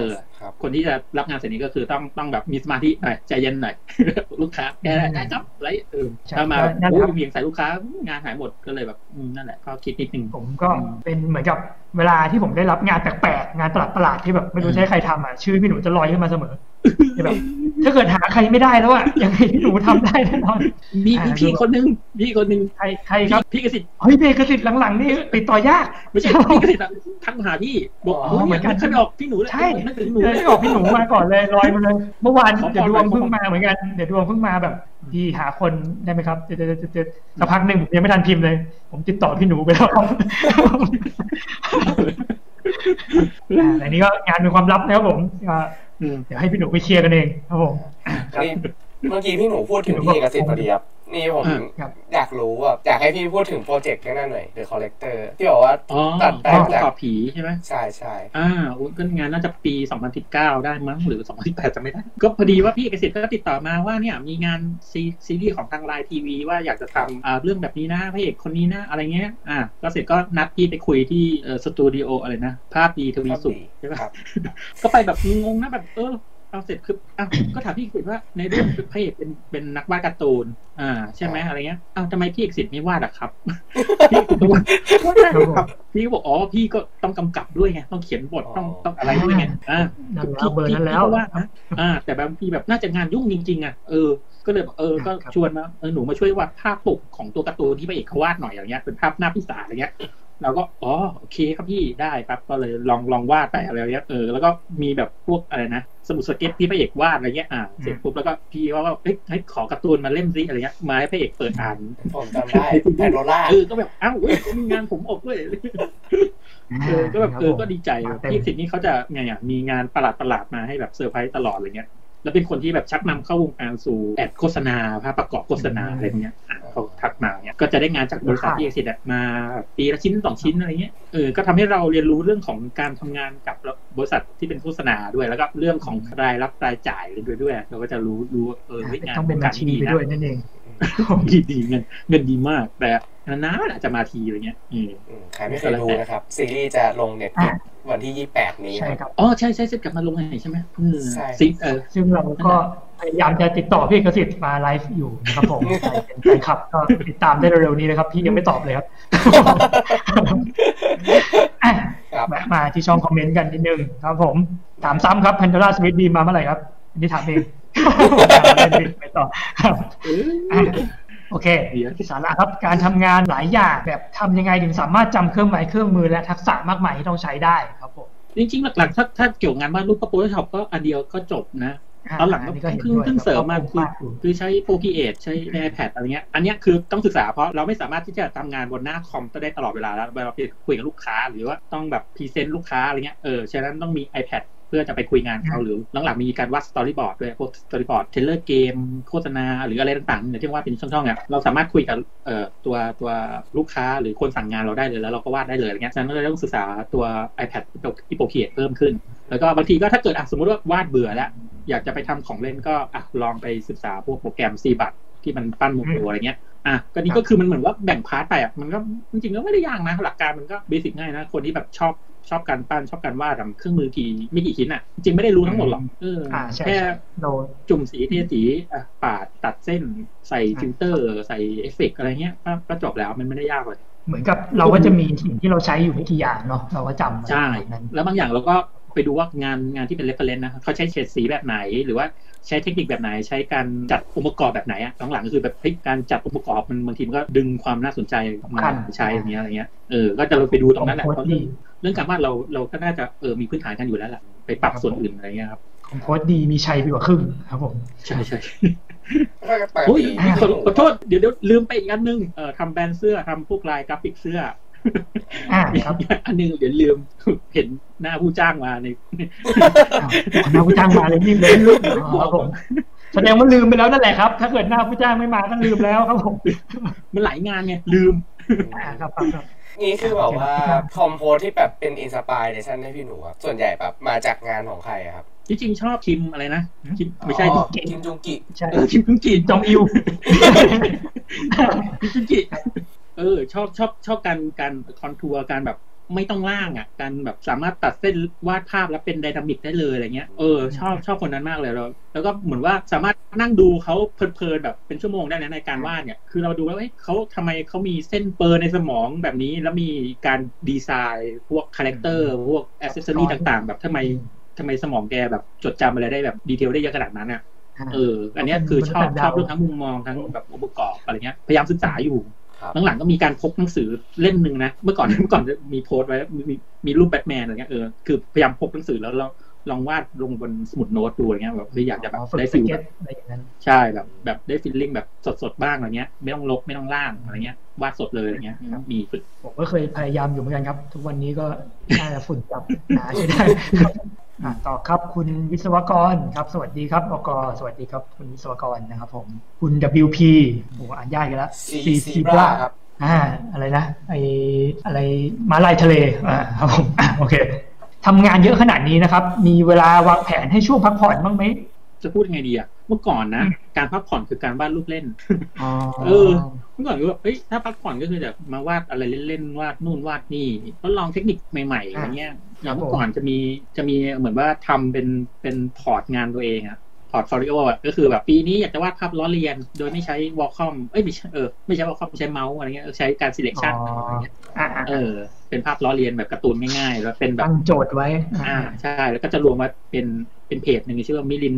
คนที่จะรับงานเสร็จนี้ก็คือต้องแบบมีสมาธิหน่อยใจเย็นหน่อยลูกค้าแกได้ครับไรถ้ามาโอ้ยเบี่ยงใส่ลูกค้างานหายหมดก็เลยแบบนั่นแหละก็คิดนิดนึงผมก็เป็นเหมือนกับเวลาที่ผมได้รับงานแปลกๆงานประหลาดที่แบบไม่รู้ใช้ใครทำชื่อพี่หนูจะลอยขึ้นมาเสมอแบบถ้าเกิดหาใครไม่ได้แล้วยังไงพี่หนูทำได้แน่นอนมีพี่คนนึงใครครับพี่กสิทธิ์พี่กสิทธิ์หลังๆนี่ติดต่อยากไม่ใช่พี่กสิทธิ์ทักมาหาพี่บอกเหมือนกันไม่ออกพี่หนูใช่ไม่ออกพี่หนูมาก่อนเลยลอยมาเลยเมื่อวานเดี๋ยวดวงเพิ่งมาเหมือนกันเดี๋ยวดวงเพิ่งมาแบบพี่หาคนได้ไหมครับสักพักหนึ่งผมยังไม่ทันพิมพ์เลยผมติดต่อพี่หนูไปแล้วครับอันนี้ก็งานเป็นความลับนะครับผมเดี๋ยวให้พี่หนูไปเคลียร์กันเองครับผมเมื่อกี้พี่หนูพูดถึงพี่เอกสิทธิ์พอดีครับนี่ผมอยากรู้ว่าอยากให้พี่พูดถึงโปรเจกต์นั้นหน่อย The Collector ที่บอกว่าตัดแต่งจากผีใช่ไหมใช่ก็งานน่าจะปี2019ได้มั้งหรือ2018จะไม่ได้ก็พอดีว่าพี่เอกสิทธิ์ก็ติดต่อมาว่าเนี่ยมีงานซีรีส์ของทางไลน์ทีวีว่าอยากจะทำเรื่องแบบนี้นะพระเอกคนนี้นะอะไรเงี้ยก็เสร็จก็นัดพี่ไปคุยที่สตูดิโออะไรนะภาพดีทวีสุขใช่ไหมก็ไปแบบงงนะแบบเอาเสร็จคือก็ถามพี่เอกสิทธิ์ว่าในเรื่องพระเอกเป็นนักวาดการ์ตูนใช่ไหมอะไรเงี้ยทำไมพี่เอกสิทธิ์ไม่วาดอะครับพี่ก็ว่าพี่ก็บอกพี่ก็ต้องกำกับด้วยไงต้องเขียนบทต้องอะไรด้วยไงพี่เบอร์นั้นแล้วว่าแต่บางทีแบบน่าจะงานยุ่งจริงๆก็เลยก็ชวนมาหนูมาช่วยวาดภาพปกของตัวการ์ตูนที่พระเอกเขาวาดหน่อยอย่างเงี้ยเป็นภาพหน้าพิศาจอะไรเงี้ยเราก็โอเคครับพี่ได้ครับก็เลยลองวาดไปอะไรเงี้ยแล้วก็มีแบบพวกอะไรนะสมุดสเก็ตที่พระเอกวาดอะไรเงี้ยเสร็จปุ๊บแล้วก็พี่ว่าให้ขอการ์ตูนมาเล่มซิอะไรเงี้ยมาให้พระเอกเปิดอ่านผมจำได้แอนโรล่าก็แบบมีงานผมออกด้วยก็แบบก็ดีใจพี่สิทธิ์นี่เขาจะไงมีงานประหลาดมาให้แบบเซอร์ไพรส์ตลอดอะไรเงี้ยแล้วเป็นคนที่แบบชักนำเข้าวงการสู่แอดโฆษณาภาพประกอบโฆษณาอะไรเงี้ยเขาทักมาเงี้ยก็จะได้งานจากบริษัทพี่เอกสิทธิ์มาปีละชิ้น2ชิ้นอะไรเงี้ยก็ทำให้เราเรียนรู้เรื่องของการทำงานกับบริษัทที่เป็นโฆษณาด้วยแล้วก็เรื่องของรายรับรายจ่ายด้วยเราก็จะรู้งานต้องเป็นบัญชีไปด้วยนั่นเองดีเงินดีมากแต่นานๆอาจจะมาทีอะไรเงี้ยใครไม่เคยดูนะครับซีรีส์จะลงเน็ตวันที่28นี้ครับใช่กลับมาลงใช่ไหมใช่ซึ่งเราก็พยายามจะติดต่อพี่เอกสิทธิ์มาไลฟ์อยู่นะครับผมเป็นแฟนคลับก็ติดตามได้เร็วๆนี้นะครับพี่ยังไม่ตอบเลยครับมาที่ช่องคอมเมนต์กันนิดนึงครับผมถามซ้ำครับพันดอลลาร์สวิตบีมาเมื่อไหร่ครับอันนี้ถามเองไม่ตอบโอเคสาระครับการทำงานหลายอย่างแบบทำยังไงถึงสามารถจำเครื่องหมายเครื่องมือและทักษะมากมายที่ต้องใช้ได้ครับผมจริงๆหลักๆถ้าเกี่ยวงานวาดรูปก็ Photoshop ก็อันเดียวก็จบนะตอนหลังก็เพิ่งเสริมมาคือใช้ Procreate ใช้ iPad อะไรเงี้ยอันนี้คือต้องศึกษาเพราะเราไม่สามารถที่จะทำงานบนหน้าคอมได้ตลอดเวลาแล้วเวลาไปคุยกับลูกค้าหรือว่าต้องแบบพรีเซนต์ลูกค้าอะไรเงี้ยฉะนั้นต้องมี iPad เพื่อจะไปคุยงานเขาหรือหลังๆมีการวาดสตอรี่บอร์ดด้วยพวกสตอรี่บอร์ดเทรลเลอร์เกมโฆษณาหรืออะไรต่างๆที่ว่าเป็นช่องๆเนี่ยเราสามารถคุยกับตัวลูกค้าหรือคนสั่งงานเราได้เลยแล้วเราก็วาดได้เลยอะไรเงี้ยฉะนั้นเราต้องศึกษาตัว iPad ที่Procreateเพิ่มขึ้นแล้วก็บางทีก็ถ้าเกิดสมมติว่าวาดเบื่อแล้วอยากจะไปทำของเล่นก็ลองไปศึกษาพวกโปรแกรม CBUT ที่มันปั้นโมโหอะไรเงี้ยก็นี่ก็คือมันเหมือนว่าแบ่งพาร์ทไปมันก็จริงๆก็ไม่ได้ยากนะหลักการมันก็เบสิกง่ายนะคนที่แบบชอบการปั้นชอบการวาดทำเครื่องมือไม่กี่ชิ้นจริงไม่ได้รู้ทั้งหมดหรอกแค่จุ่มสีเทสีปาดตัดเส้นใส่ฟิลเตอร์ใส่เอฟเฟกต์อะไรเงี้ยก็จบแล้วมันไม่ได้ยากเลยเหมือนกับเราก็จะมีสิ่งที่เราใช้อยู่ไม่กี่อย่างเนาะเราก็จำใช่แล้วบางอย่างเราก็ไปดูว่างานที่เป็น reference นะเขาใช้เฉดสีแบบไหนหรือว่าใช้เทคนิคแบบไหนใช้การจัดองค์ประกอบแบบไหนหลังๆก็คือแบบการจัดองค์ประกอบมันบางทีมันก็ดึงความน่าสนใจมาใช้อย่างเงี้ยอะไรเงี้ยก็จะเราไปดูตรงนั้นแหละเพราะเรื่องการวาดเราก็น่าจะมีพื้นฐานกันอยู่แล้วแหละไปปรับส่วนอื่นอะไรเงี้ยครับของโค้ดดีมีชัยไปกว่าครึ่งครับผมใช่โอ้ยขอโทษเดี๋ยวลืมไปอีกอันนึงทำแบรนด์เสื้อทำพวกลายกราฟิกเสื้อครับอันนึงเดี๋ยวลืมเห็นหน้าผู้จ้างมาในหน้าผู้จ้างมาเลยนี่เลยครับผมแสดงว่าลืมไปแล้วนั่นแหละครับถ้าเกิดหน้าผู้จ้างไม่มาก็ลืมแล้วครับผมมันหลายงานไงลืมครับนี่คือแบบว่าคอมโพสที่แบบเป็นอินสปายเรชั่นให้พี่หนูครับส่วนใหญ่แบบมาจากงานของใครครับจริงๆชอบคิมอะไรนะคิมไม่ใช่คิมจุงกิคิมจุงกิจองอิวคิมจุงกิชอบการคอนทัวร์การแบบไม่ต้องร่างอ่ะการแบบสามารถตัดเส้นวาดภาพแล้วเป็นไดนามิกได้เลยอะไรเงี้ยชอบคนนั้นมากเลยแล้วก็เหมือนว่าสามารถนั่งดูเขาเพลินๆแบบเป็นชั่วโมงได้นะในการวาดเนี่ยคือเราดูแล้วเขาทำไมเขามีเส้นเปิร์ในสมองแบบนี้แล้วมีการดีไซน์พวกคาแรคเตอร์พวกแอคเซสซอรี่ต่างๆแบบทำไมสมองแกแบบจดจำอะไรได้แบบดีเทลได้เยอะขนาดนั้นอ่ะอันนี้คือชอบเรื่องทั้งมุมมองทั้งแบบองค์ประกอบอะไรเงี้ยพยายามศึกษาอยู่หลังๆก็มีการพกหนังสือเล่มนึงนะเมื่อก่อนจะมีโพสต์ไว้มีรูปแบทแมนอะไรเงี้ยคือพยายามพกหนังสือแล้วลองวาดลงบนสมุดโน้ตดูอะไรเงี้ยแบบอยากจะแบบได้ฟีลแบบใช่แบบได้ฟีลลิ่งแบบสดๆบ้างอะไรเงี้ยไม่ต้องลบไม่ต้องล่างอะไรเงี้ยวาดสดเลยอะไรเงี้ยมีฝึกผมก็เคยพยายามอยู่เหมือนกันครับทุกวันนี้ก็น่าจะฝุ่นจับหนาใช่ได้ต่อครับคุณวิศวกรครับสวัสดีครับอกสวัสดีครับคุณวิศวกรนะครับผมคุณ WP โอ้อ่านยากกันแล้ว C บราครับอะไรนะอะไรม้าลายทะเลครับผมโอเคทำงานเยอะขนาดนี้นะครับมีเวลาวางแผนให้ช่วงพักผ่อนบ้างไหมจะพูดยังไงดีอ่ะเมื่อก่อนนะการพักผ่อนคือการวาดรูปเล่นเมื่อก่อนก็แบบถ้าพักผ่อนก็คือแบบมาวาดอะไรเล่นๆวาดนู่นวาดนี่ทดลองเทคนิคใหม่ๆอะไรเงี้ยอย่างเมื่อก่อนจะมีเหมือนว่าทำเป็นพอร์ตงานตัวเองอะพอร์ตโฟลิโออ่ะก็คือแบบปีนี้อยากจะวาดภาพล้อเลียนโดยไม่ใช้วอลคอมไม่ใช่วอลคอมใช้เมาส์อะไรเงี้ยใช้การ selection อะไรเงี้ยเป็นภาพล้อเลียนแบบการ์ตูนง่ายๆแล้วเป็นแบบตั้งโจทย์ไว้ใช่แล้วก็จะรวมว่าเป็นเพจหนึ่งชื่อว่ามิลิน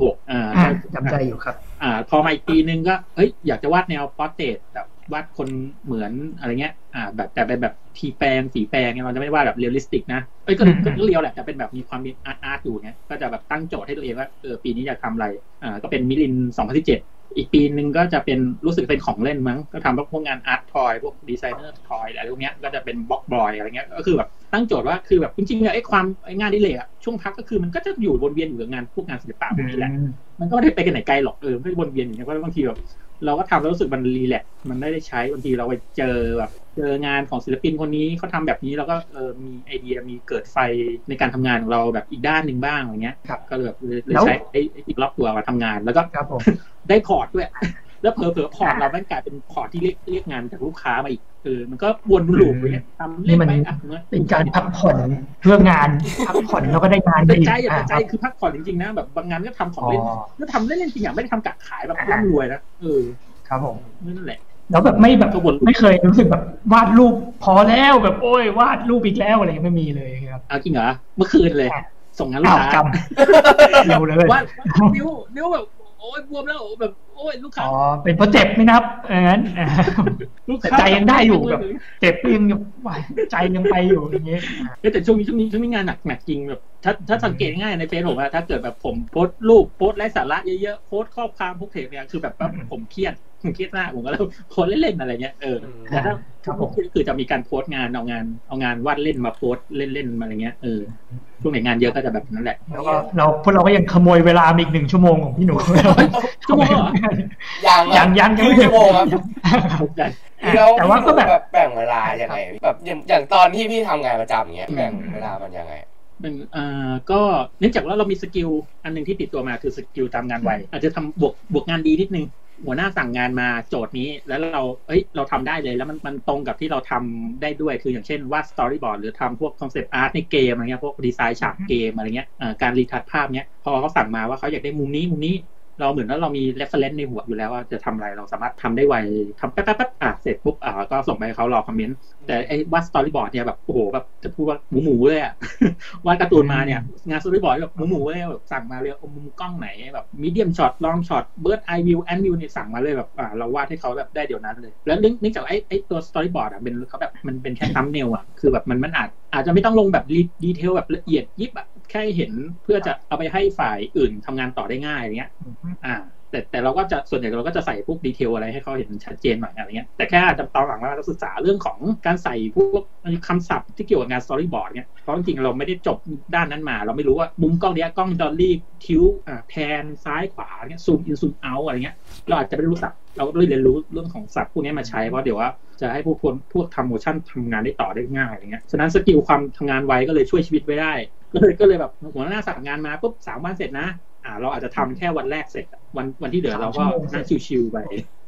2016 จำใจอยู่ครับพอมาอีกปีนึงก็อยากจะวาดแนวพอร์เทรตแบบวาดคนเหมือนอะไรเงี้ยแบบแต่เป็นแบบทีแปลงสีแปลงเราจะไม่วาดแบบเรียลลิสติกนะก็เรียวแหละแต่เป็นแบบมีความอาร์ตอยู่เงี้ยก็จะแบบตั้งโจทย์ให้ตัวเองว่าปีนี้อยากทำอะไรก็เป็นมิลิน2017อีกปีนึงก็จะเป็นรู้สึกเป็นของเล่นมั้งก็ทำพวกงานอาร์ตทอยพวกดีไซเนอร์ทอยอะไรพวกเนี้ยก็จะเป็นบล็อกบอยอะไรเงี้ยก็คือแบบตั้งโจทย์ว่าคือแบบจริงๆเนี่ยความงานดิเลกช่วงพักก็คือมันก็จะอยู่วนเวียนอยู่กับงานพวกงานศิลปะพวกนี้แหละมันก็ไม่ได้ไปกันไหนไกลหรอกมันก็วนเวียนอยู่เนี่ยเพราะบางทีแบบเราก็ทำแล้วรู้สึกมันรีแลกซ์มันได้ใช้บางทีเราไปเจองานของศิลปินคนนี้เขาทำแบบนี้เราก็มีไอเดียมีเกิดไฟในการทำงานของเราแบบอีกด้านหนึ่งบ้างอะไรเงี้ยก็เลยใช้ไอ้อีกรอบตัวมาทำงานแล้วก็ได้พอร์ตด้วยแล้วเผลอๆพอร์ตเรามันกลายเป็นพอร์ตที่เรียกงานจากลูกค้ามาอีกมันก็วนลูปไปเนี่ยทำเล่นไปเป็นการพักผ่อนเพื่องานพักผ่อนแล้วก็ได้งานแต่ใจคือพักผ่อนจริงๆนะแบบบางงานก็ทำของเล่นก็ทำเล่นๆจริงอย่างไม่ได้ทำกะขายแบบร่ำรวยนะครับผมนั่นแหละแล้วแบบไม่เคยรู้สึกแบบวาดรูปพอแล้วแบบโอ้ยวาดรูปอีกแล้วอะไรไม่มีเลยครับจริงเหรอเมื่อคืนเลยส่งงานลูกค้าเร็วเลยวาดนิ้วแบบโอ้ยบวมแล้วแบบโอ้ยลูกค้าเป็นเพราะเจ็บไม่นับงั้นแต่ใจยังได้อยู่แบบเจ็บยังใจยังไปอยู่อย่างเงี้ยแต่ช่วงนี้งานหนักจริงแบบถ้าสังเกตง่ายในเฟซผมว่าถ้าเกิดแบบผมโพสรูปโพสไร้สาระเยอะๆโพสข้อความพวกเทปเนี่ยคือแบบผมเครียดมากผมก็แล้วโพสเล่นๆอะไรเงี้ยแต่ถ้าผมคือจะมีการโพสงานเอางานวาดเล่นมาโพสเล่นๆอะไรเงี้ยช่วงไหนงานเยอะก็จะแบบนั้นแหละแล้วก็พวกเราก็ยังขโมยเวลาอีก1 ชั่วโมงของพี่หนูชั่วโมงยังไม่ชั่วโมงครับแต่ว่าก็แบบแบ่งเวลายังไงแบบอย่างตอนที่พี่ทำงานประจำเงี้ยแบ่งเวลามันยังไงก็เนื่องจากว่าเรามีสกิลอันนึงที่ติดตัวมาคือสกิลตามงานไวอาจจะทำบวกงานดีนิดนึงหัวหน้าสั่งงานมาโจทย์นี้แล้วเราทำได้เลยแล้วมันตรงกับที่เราทำได้ด้วยคืออย่างเช่นวาดสตอรี่บอร์ดหรือทำพวกคอนเซปต์อาร์ตในเกมอะไรเงี้ยพวกดีไซน์ฉากเกมอะไรเงี้ยการรีทัชภาพเนี้ยพอเขาสั่งมาว่าเขาอยากได้มุมนี้เราเหมือนว่าเรามี reference ในหัวอยู่แล้วว่าจะทำอะไรเราสามารถทำได้ไวทำแป๊บเสร็จปุ๊บก็ส่งไปให้เขารอคอมเมนต์แต่ไอ้วาดสตอรี่บอร์ดเนี่ยแบบโอ้โหแบบจะพูดว่าหมูเลยอ่ะ วาดการ์ตูนมาเนี่ยงานสตอรี่บอร์ดแบบหมูเลยแบบสั่งมาเลยมุมกล้องไหนแบบมีเดียมช็อตลองช็อตเบิร์ดไอวิวแอนวิวเนี่ยสั่งมาเลยแบบเราวาดให้เขาแบบได้เดี๋ยวนั้นเลยแล้วเนื่องจากไอ้ตัวสตอรี่บอร์ดเป็นเขาแบบมันเป็นแค่ซัมเนลอ่ะคือแบบมันอาจจะไม่ต้องลงแบบดีเทลแบบละเอียดยิบอ่ะแค่เห็นเพื่อจะเอาไปให้ฝ่ายอื่นทำงานต่อได้ง่ายอย่างเงี้ยแต่เราก็จะส่วนใหญ่เราก็จะใส่พวกดีเทลอะไรให้เขาเห็นชัดเจนหน่อยอะไรเงี้ยแต่แค่ตอนหลังเราศึกษาเรื่องของการใส่พวกคำศัพท์ที่เกี่ยวกับงานสตอรี่บอร์ดเนี่ยเพราะจริงๆเราไม่ได้จบด้านนั้นมาเราไม่รู้ว่ามุมกล้องเนี้ยกล้องดอลลี่ทิวแพนซ้ายขวาเนี้ยซูมอินซูมเอาอะไรเงี้ยเราอาจจะไม่รู้ศัพท์เราก็เลยเรียนรู้เรื่องของศัพท์พวกนี้มาใช้เพราะเดี๋ยวว่าจะให้พวกทำโมชั่นทำงานได้ต่อได้ง่ายอะไรเงี้ยฉะนั้นสกิลความทำงานไวก็เลยช่วยชีวิตไว้ได้ก็เลยแบบหัวหน้าสั่งงานมาปุ๊บ3 วันเสร็จนะเราอาจจะทำแค่วันแรกเสร็จวันที่เหลือเราก็นั่งชิวๆไป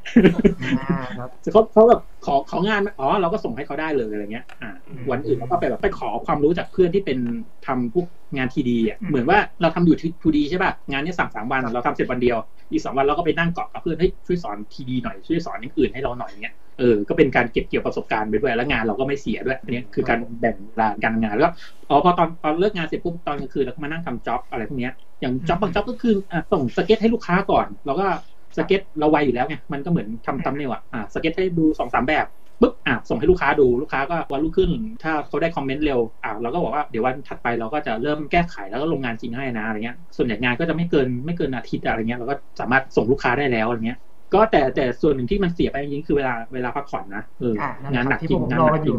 ครับเขาแบบของานอ๋อเราก็ส่งให้เขาได้เลยอะไรเงี้ยวันอื่นเราก็ไปขอความรู้จากเพื่อนที่เป็นทำพวกงานทีดีอ่ะเหมือนว่าเราทำอยู่ทูดีใช่ป่ะงานนี้สั่ง3 วันเราทำเสร็จวันเดียวอีก2 วันเราก็ไปนั่งเกาะกับเพื่อนให้ช่วยสอนทีดีหน่อยช่วยสอนอย่างอื่นให้เราหน่อยเงี้ยก็เป็นการเก็บเกี่ยวประสบการณ์ไปด้วยแล้วงานเราก็ไม่เสียด้วยอันนี้คือการแบ่งเวลาการงานแล้วก็พอตอนเลิกงานเสร็จปุ๊บตอนกลางคืนเราก็มานั่งทำจ็อบอะไรพวกนี้อย่างจ็อบบางจ็อบก็คือส่งสเก็ตให้ลูกค้าก่อนแล้วก็สเก็ตเราไวอยู่แล้วไงมันก็เหมือนทำตั้มเนลสเก็ตให้ดู 2-3 แบบปุ๊บส่งให้ลูกค้าดูลูกค้าก็วันรุ่งขึ้นถ้าเขาได้คอมเมนต์เร็วเราก็บอกว่าเดี๋ยววันถัดไปเราก็จะเริ่มแก้ไขแล้วก็ลงงานจริงให้นะอะไรเงี้ยส่วนใหญ่งานก็จะไม่เกินอาทิตย์อะไรเงี้ยเราก็สามารถส่งลูกค้าได้แล้วอะไรเงี้ยก็แต่ส่วนหนึ่งที่มันเสียไปจริงๆคือเวลาพักผ่อนนะงานหนักจริงงานหนักจริง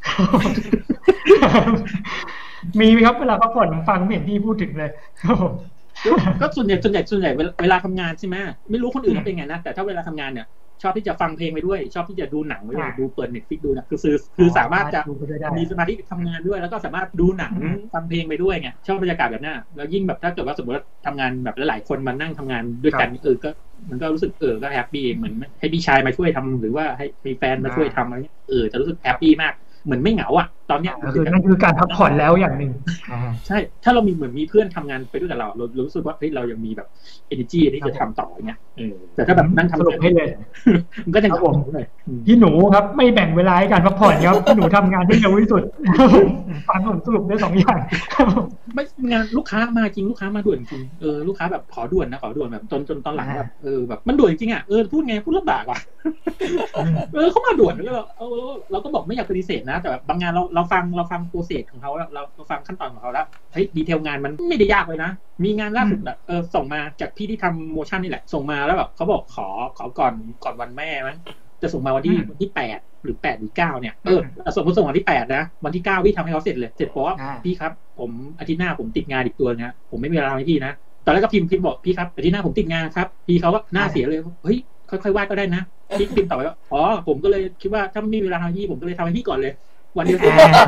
มีไหมครับเวลาพักผ่อนฟังไม่เห็นพี่พูดถึงเลยก็ส่วนใหญ่เวลาทำงานใช่ไหมไม่รู้คนอื่นเขาเป็นไงนะแต่ถ้าเวลาทำงานเนี่ยชอบที่จะฟังเพลงไปด้วยชอบที่จะดูหนังไปด้วยดูเปิด Netflix ดูนะคือสามารถจะมีสมาธิทำงานด้วยแล้วก็สามารถดูหนังฟังเพลงไปด้วยไงชอบบรรยากาศแบบนั้นแล้วยิ่งแบบถ้าเกิดว่าสมมติว่าทำงานแบบหลายๆคนมานั่งทำงานด้วยกันก็มันก็รู้สึกก็แฮปปี้เหมือนให้พี่ชายมาช่วยทำหรือว่าให้แฟนมาช่วยทำอะไรเงี้ยจะรู้สึกแฮปปี้มากเหมือนไม่เหงาอ่ะตอนเนี้ยนั่นคือการพักผ่อนแล้วอย่างหนึ่งใช่ถ้าเรามีเหมือนมีเพื่อนทำงานไปด้วยกับเรารู้สึกว่าเฮ้ยเรายังมีแบบ energy ที่จะทำต่อเงี้ยแต่ถ้าแบบนั่งทำให้เลยมันก็จะผมเลยพี่หนูครับไม่แบ่งเวลาให้การพักผ่อนครับพี่หนูทำงานที่เร็วที่สุดฟังผมสรุปได้2 อย่างไม่งานลูกค้ามาจริงลูกค้ามาด่วนจริงลูกค้าแบบขอด่วนแบบจนตอนหลังแบบแบบมันด่วนจริงอ่ะพูดไงพูดลำบากว่ะเขามาด่วนแล้วเราก็บอกไม่อยากปฏิเสธนะแต่แบบบางงานเราฟังโปรเซสของเขาแล้วเราฟังขั้นตอนของเขาแล้วเฮ้ยดีเทลงานมันไม่ได้ยากเลยนะมีงานล่าสุดแบบส่งมาจากพี่ที่ทำโมชั่นนี่แหละส่งมาแล้วแบบเขาบอกขอก่อนวันแม่มั้งจะส่งมาวันที่8หรือ8หรือ9เนี่ยส่งวันที่8นะวันที่9พี่ทำให้เขาเสร็จเลยเสร็จบอกว่าพี่ครับผมอาทิตย์หน้าผมติดงานอีกตัวนะผมไม่มีเวลาให้พี่นะตอนแรกก็พิมพ์บอกพี่ครับอาทิตย์หน้าผมติดงานครับพี่เขาก็หน้าเสียเลยเฮ้ยค่อยๆวาดก็ได้นะพี่พิมพ์ต่อไปว่าผมก็เลยคิดว่าถ้าไม่มีเวลาให้พี่ผมก็เลยทำให้พี่ก่อนเลยวันเดียว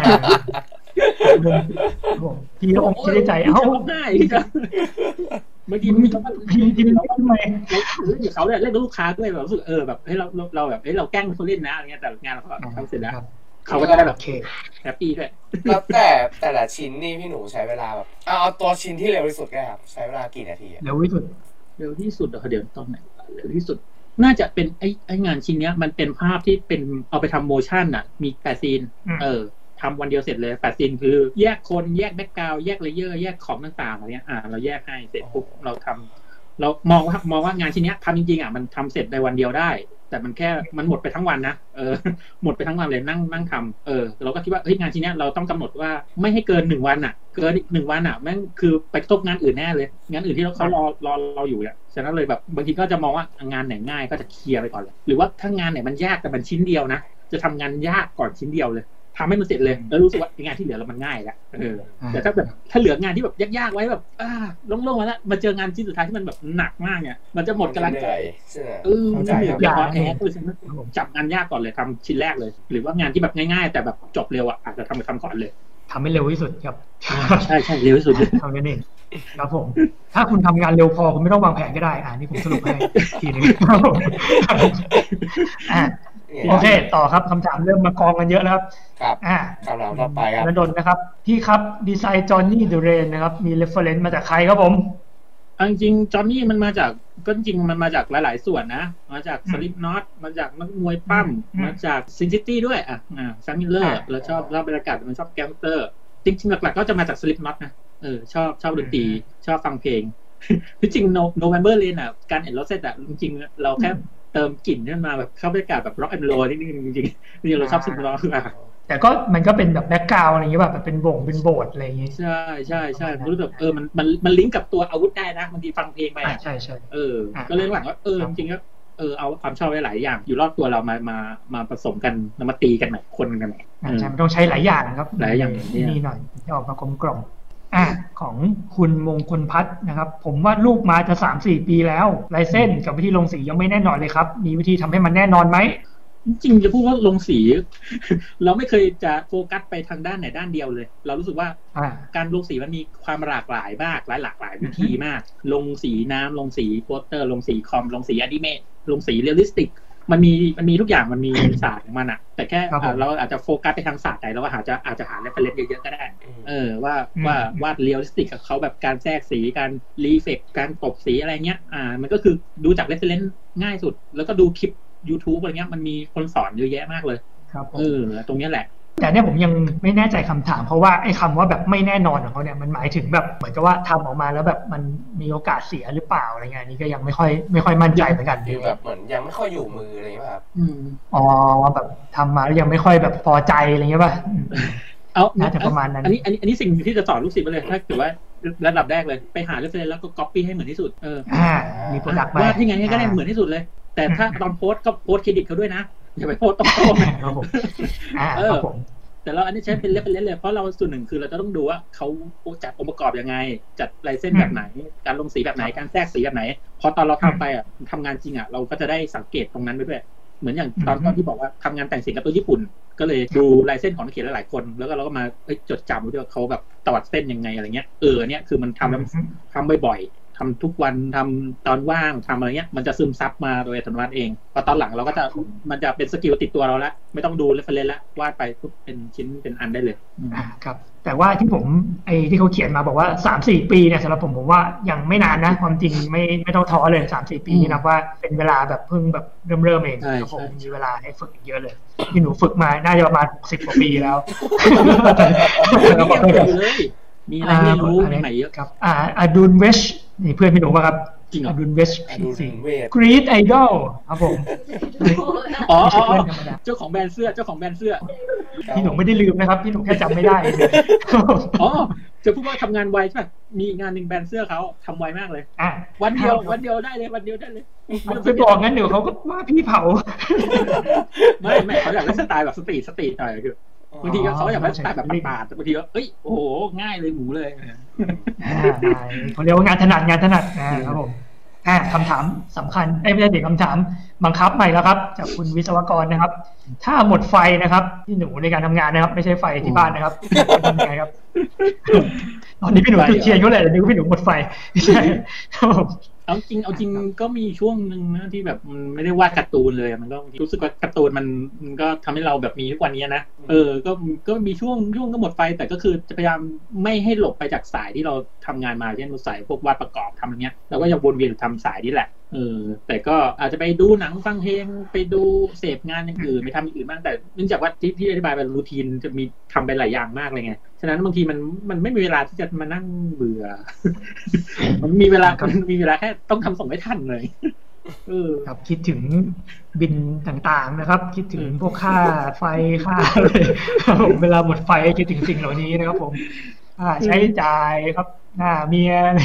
พี่ก็คงคิดในใจง่ายบางทีมีเขาทำไมเขาเนี่ยเล่นกับลูกค้าด้วยแบบรู้สึกแบบให้เราแบบเราแกล้งเขาเล่นนะอะไรเงี้ยแต่งานเราทำเสร็จแล้วเขาก็ได้แบบแฮปปี้ด้วยแล้วแต่ละชิ้นนี่พี่หนูใช้เวลาแบบเอาตัวชิ้นที่เร็วที่สุดก็ครับใช้เวลากี่นาทีเร็วที่สุดเดี๋ยวตอนไหนเร็วที่สุดน่าจะเป็นไอ้งานชิ้นเนี้ยมันเป็นภาพที่เป็นเอาไปทำโมชั่นอ่ะมี8 ซีนทำวันเดียวเสร็จเลย8 ซีนคือแยกคนแยกแบ็คกราวด์แยกเลเยอร์แยกของต่างๆอะไรเงี้ยเราแยกให้เสร็จปุ๊บเรามองว่างานชิ้นเนี้ยทำจริงๆมันทำเสร็จในวันเดียวได้แต่มันแค่มันหมดไปทั้งวันนะหมดไปทั้งวันเลยนั่งทำเราก็คิดว่าเฮ้ยงานชิ้นเนี้ยเราต้องกำหนดว่าไม่ให้เกิน1 วันอ่ะเกิน1 วันอ่ะแม่งคือไปกระทบงานอื่นแน่เลยงานอื่นที่เขารอเราอยู่เนี่ยฉะนั้นเลยแบบบางทีก็จะมองว่างานไหนง่ายก็จะเคลียร์ไปก่อนเลยหรือว่าถ้างานไหนมันยากแต่มันชิ้นเดียวนะจะทำงานยากก่อนชิ้นเดียวเลยทำให้มันเสร็จเลยแล้วรู้สึกว่างานที่เหลือเรามันง่ายแล้วแต่ถ้าเหลืองานที่แบบยากๆไว้แบบโล่งๆมาแล้วมาเจองานชิ้นสุดท้ายที่มันแบบหนักมากเนี่ยมันจะหมดกำลังใจมันจะเหนื่อยพอแอร์ก็เลยจับงานยากก่อนเลยทำชิ้นแรกเลยหรือว่างานที่แบบง่ายๆแต่แบบจบเร็วอาจจะทำก่อนเลยทำให้เร็วที่สุดครับใช่เร็วที่สุดทำนั่นเองครับผมถ้าคุณทำงานเร็วพอคุณไม่ต้องวางแผนก็ได้นี่ผมสรุปให้ทีนึงครับผมโอเคต่อครับคำถามเริ่มมากองกันเยอะแล้วครับคำถามต่อไปครับนดลนะครับพี่ครับดีไซน์จอห์นนี่เดอะเรนนะครับมีเรฟเฟอเรนซ์มาจากใครครับผมจริงจอห์นนี่มันมาจากก็จริงมันมาจากหลายๆส่วนนะมาจากสลิปน็อตมาจากนักมวยปั้มมาจากซินซิตี้ด้วยแซมมิลเลอร์แล้วชอบบรรยากาศมันชอบแกงเตอร์จริงๆหลักๆก็จะมาจากสลิปน็อตนะชอบดนตรีชอบฟังเพลงที่จริงโนเวมเบอร์เลนการเห็นรถเซตจริงๆเราแค่เติมกลิ่นขึ้นมาแบบเข้าบรรยากาศแบบร็อกแอนด์โรลนิดนึงจริงๆเราชอบสิ่งร็อกแต่ก็มันก็เป็นแบบแบ็คกราวด์อะไรอย่างเงี้ยแบบเป็นเป็นโบสถ์อะไรอย่างเงี้ยใช่รู้สึกมันลิงก์กับตัวอาวุธได้นะบางทีฟังเพลงไปใช่ก็เลยหวังว่าจริงๆก็เอาความชอบหลายอย่างอยู่รอบตัวเรามาผสมกันมาตีกันหน่อยคนกันหน่อยใช่มันต้องใช้หลายอย่างครับหลายอย่างนี่หน่อยจะออกมากลมกล่อมของคุณมงคลพัฒน์นะครับผมว่ารูปมาจะ 3-4 ปีแล้วลายเส้นกับวิธีลงสียังไม่แน่นอนเลยครับมีวิธีทำให้มันแน่นอนไหมจริงจะพูดว่าลงสีเราไม่เคยจะโฟกัสไปทางด้านไหนด้านเดียวเลยเรารู้สึกว่าการลงสีมันมีความหลากหลายมากหลากหลายวิธีมากลงสีน้ำลงสีโปสเตอร์ลงสีคอมลงสีอนิเมะลงสีเรียลลิสติกมันมีทุกอย่างมันมีศาสตร์ของมันอะแต่แค่ครับผมเราอาจจะโฟกัสไปทางศาสตร์ใดเราก็อาจจะหาเรฟเฟรนซ์เยอะๆก็ได้ว่าวาดเรียลลิสติกกับเขาแบบการแทรกสีการรีเฟกการตบสีอะไรเงี้ยมันก็คือดูจากเรฟเฟรนซ์ง่ายสุดแล้วก็ดูคลิป YouTube อะไรเงี้ยมันมีคนสอนเยอะแยะมากเลยครับผมตรงเนี้ยแหละแต่เนี่ยผมยังไม่แน่ใจคำถามเพราะว่าไอ้คำว่าแบบไม่แน่นอนของเขาเนี่ยมันหมายถึงแบบเหมือนกับว่าทำออกมาแล้วแบบมันมีโอกาสเสียหรือเปล่าอะไรเงี้ยนี่ก็ยังไม่ค่อยมั่นใจเหมือนกันคือแบบเหมือนยังไม่ค่อยอยู่มืออะไรอย่างเงี้ยครับอ๋อแบบทำมาแล้วยังไม่ค่อยแบบพอใจอะไรเงี้ยป่ะน่าจะประมาณนั้นอันนี้สิ่งที่จะสอนลูกศิษย์ไปเลยถ้าเกิดว่าระดับแรกเลยไปหาเรฟเฟรนซ์แล้วก็ก๊อปปี้ให้เหมือนที่สุดมีโปรดักต์มาวาดที่ไงก็ได้เหมือนที่สุดเลยแต่ถ้าตอนโพสก็โพสเครดิตเขาด้วยนะอย่าไปโพสต้องโพสครับผมครับผมแต่เราอันนี้ใช้เป็นเล่นเลยเพราะเราส่วนหนึ่งคือเราจะต้องดูว่าเขาจัดองค์ประกอบยังไงจัดลายเส้นแบบไหนการลงสีแบบไหนการแทรกสีแบบไหนพอตอนเราทำไปทำงานจริงเราก็จะได้สังเกตตรงนั้นไปด้วยเหมือนอย่างตอนที่บอกว่าทำงานแต่งสีกับตัวญี่ปุ่นก็เลยดูลายเส้นของนักเขียนหลายๆคนแล้วก็เราก็มาจดจำด้วยว่าเขาแบบตวัดเส้นยังไงอะไรเงี้ยเนี่ยคือมันทำแล้วทำบ่อยๆทำทุกวันทำตอนว่างทำอะไรเงี้ยมันจะซึมซับมาโดยอัตโนมัติเองพอตอนหลังเราก็จะมันจะเป็นสกิลติดตัวเราละไม่ต้องดูเรฟเฟรนซ์ละวาดไปปุ๊บเป็นชิ้นเป็นอันได้เลยครับแต่ว่าที่ผมที่เขาเขียนมาบอกว่า 3-4 ปีเนี่ยสำหรับผมว่ายังไม่นานนะความจริงไม่ต้องท้อเลย 3-4 ปีนี่นับว่าเป็นเวลาแบบเพิ่งแบบเริ่มเองผมมีเวลาให้ฝึกเยอะเลยที่หนูฝึกมาน่าจะประมาณ60 กว่าปีแล้วมีอะไรไม่รู้ใหม่เยอะครับอดุลเวชนี่เพื่อนพี่หนูป่ะครับจริงเหรออดุลเวชกรีดไอดอลครับผมเจ้าของแบรนด์เสื้อพี่หนูไม่ได้ลืมนะครับพี่หนูแค่จำไม่ได้จะพูดว่าทำงานไวใช่ไหมมีงานหนึ่งแบรนด์เสื้อเขาทำไวมากเลยวันเดียวได้เลยไปบอกงั้นเดี๋ยวเขาก็ว่าพี่เผาไม่เขาอยากได้สไตล์แบบสตรีทหน่อยคือบางทีเขาอยากได้สไตล์แบบปาดบางทีก็โอ้โหง่ายเลยหมูเลยเขาเรียกว่างานถนัดนะครับผมคำถามสำคัญไม่ใช่เด็กคำถามบังคับใหม่แล้วครับจากคุณวิศวกรนะครับถ้าหมดไฟนะครับที่หนูในการทำงานนะครับไม่ใช่ไฟที่บ้านนะครับทำยังไงครับตอนนี้พี่หนูจุดเทียนก็เลยนึกว่าพี่หนูหมดไฟไม่ใช่เอาจริงก็มีช่วงนึงนะที่แบบมันไม่ได้วาดการ์ตูนเลยมันก็รู้สึกว่าการ์ตูนมันก็ทำให้เราแบบมีทุกวันนี้นะก็มีช่วงก็หมดไฟแต่ก็คือจะพยายามไม่ให้หลบไปจากสายที่เราทำงานมาเช่นสายพวกวาดประกอบทำอะไรเงี้ยเราก็ยังวนเวียนทำสายนี่แหละแต่ก็อาจจะไปดูหนังฟังเพลงไปดูเสพงานอย่างอื่นไปทำอย่างอื่นบ้างแต่เนื่องจากว่าที่อธิบายไปรูทีนจะมีทำไปหลายอย่างมากเลยไงฉะนั้นบางทีมันไม่มีเวลาที่จะมานั่งเบื่อ มันมีเวลาแค่ต้องทำส่งให้ทันเลยครับคิดถึงบินต่างๆนะครับคิดถึงพวกค่าไฟค่าอะไรเวลาหมดไฟคิดถึงสิ่งเหล่านี้นะครับผมใช้จ่ายครับหน้าเมียอะไร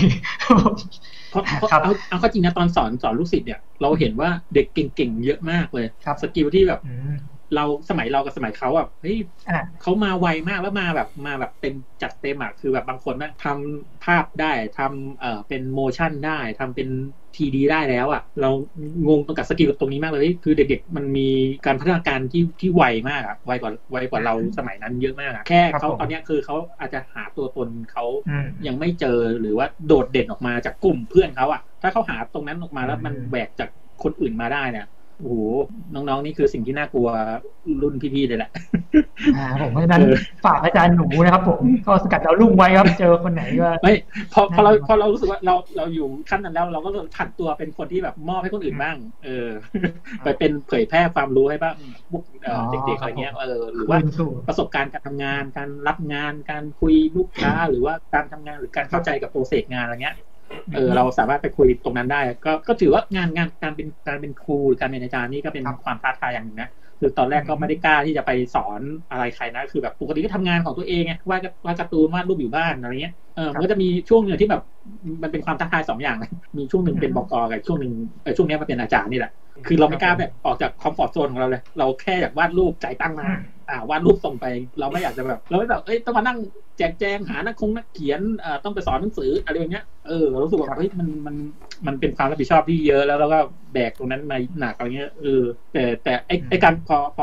เอาก็จริงนะตอนสอนลูกศิษย์เนี่ยเราเห็นว่าเด็กเก่งๆเยอะมากเลยสกิลที่แบบเราสมัยเรากับสมัยเขาเฮ้ยเขามาไวมากแล้วมาแบบเต็มจัดเต็มคือแบบบางคนนะทำภาพได้ทำเป็นโมชั่นได้ทำเป็นทีได้แล้วเรางงตรงกับสกิลตรงนี้มากเลยคือเด็กๆมันมีการพัฒนาการที่ไวมากไวกว่าเราสมัยนั้นเยอะมากแค่เขาตอนนี้คือเขาอาจจะหาตัวตนเขายังไม่เจอหรือว่าโดดเด่นออกมาจากกลุ่มเพื่อนเขาถ้าเขาหาตรงนั้นออกมาแล้วมันแหวกจากคนอื่นมาได้เนี่ยโอ้โหน้องๆนี่คือสิ่งที่น่ากลัวรุ่นพี่ๆเลยแหละผมเพราะฉะนั้นฝากอาจารย์หนูนะครับผมก็สกัดดาวรุ่งไว้ครับเจอคนไหนก็ไม่พอเรารู้สึกว่าเราอยู่ขั้นนั้นแล้วเราก็ผันตัวเป็นคนที่แบบมอบให้คนอื่นบ้างไปเป็นเผยแพร่ความรู้ให้บ้างพวกเด็กๆอะไรเงี้ยหรือว่าประสบการณ์การทำงานการรับงานการคุยลูกค้าหรือว่าการทำงานหรือการเข้าใจกับโปรเซสงานอะไรเงี้ยเราสามารถไปคุยตรงนั้นได้ก็ถือว่างานการเป็นครูการเป็นอาจารย์นี่ก็เป็นความท้าทายอย่างหนึ่งนะคือตอนแรกก็ไม่ได้กล้าที่จะไปสอนอะไรใครนะคือแบบปกติก็ทำงานของตัวเองไงวาดการ์ตูนวาดรูปอยู่บ้านอะไรเงี้ยมันก็จะมีช่วงนึงที่แบบมันเป็นความท้าทาย2 อย่างมีช่วงนึงเป็นบก.กับช่วงนึงช่วงนี้มาเป็นอาจารย์นี่แหละคือเราไม่กล้าแบบออกจากคอมฟอร์ตโซนของเราเลยเราแค่อยากวาดรูปใจตั้งมาวาดรูปส่งไปเราไม่อยากจะแบบเราไม่แบบต้องมานั่งแจกแจงหานักเขียนต้องไปสอนหนังสืออะไรอย่างเงี้ยเรารู้สึกว่าเฮ้ยมันเป็นความรับผิดชอบที่เยอะแล้วเราก็แบกตรงนั้นมาหนักอะไรเงี้ยแต่ไอ้การพอ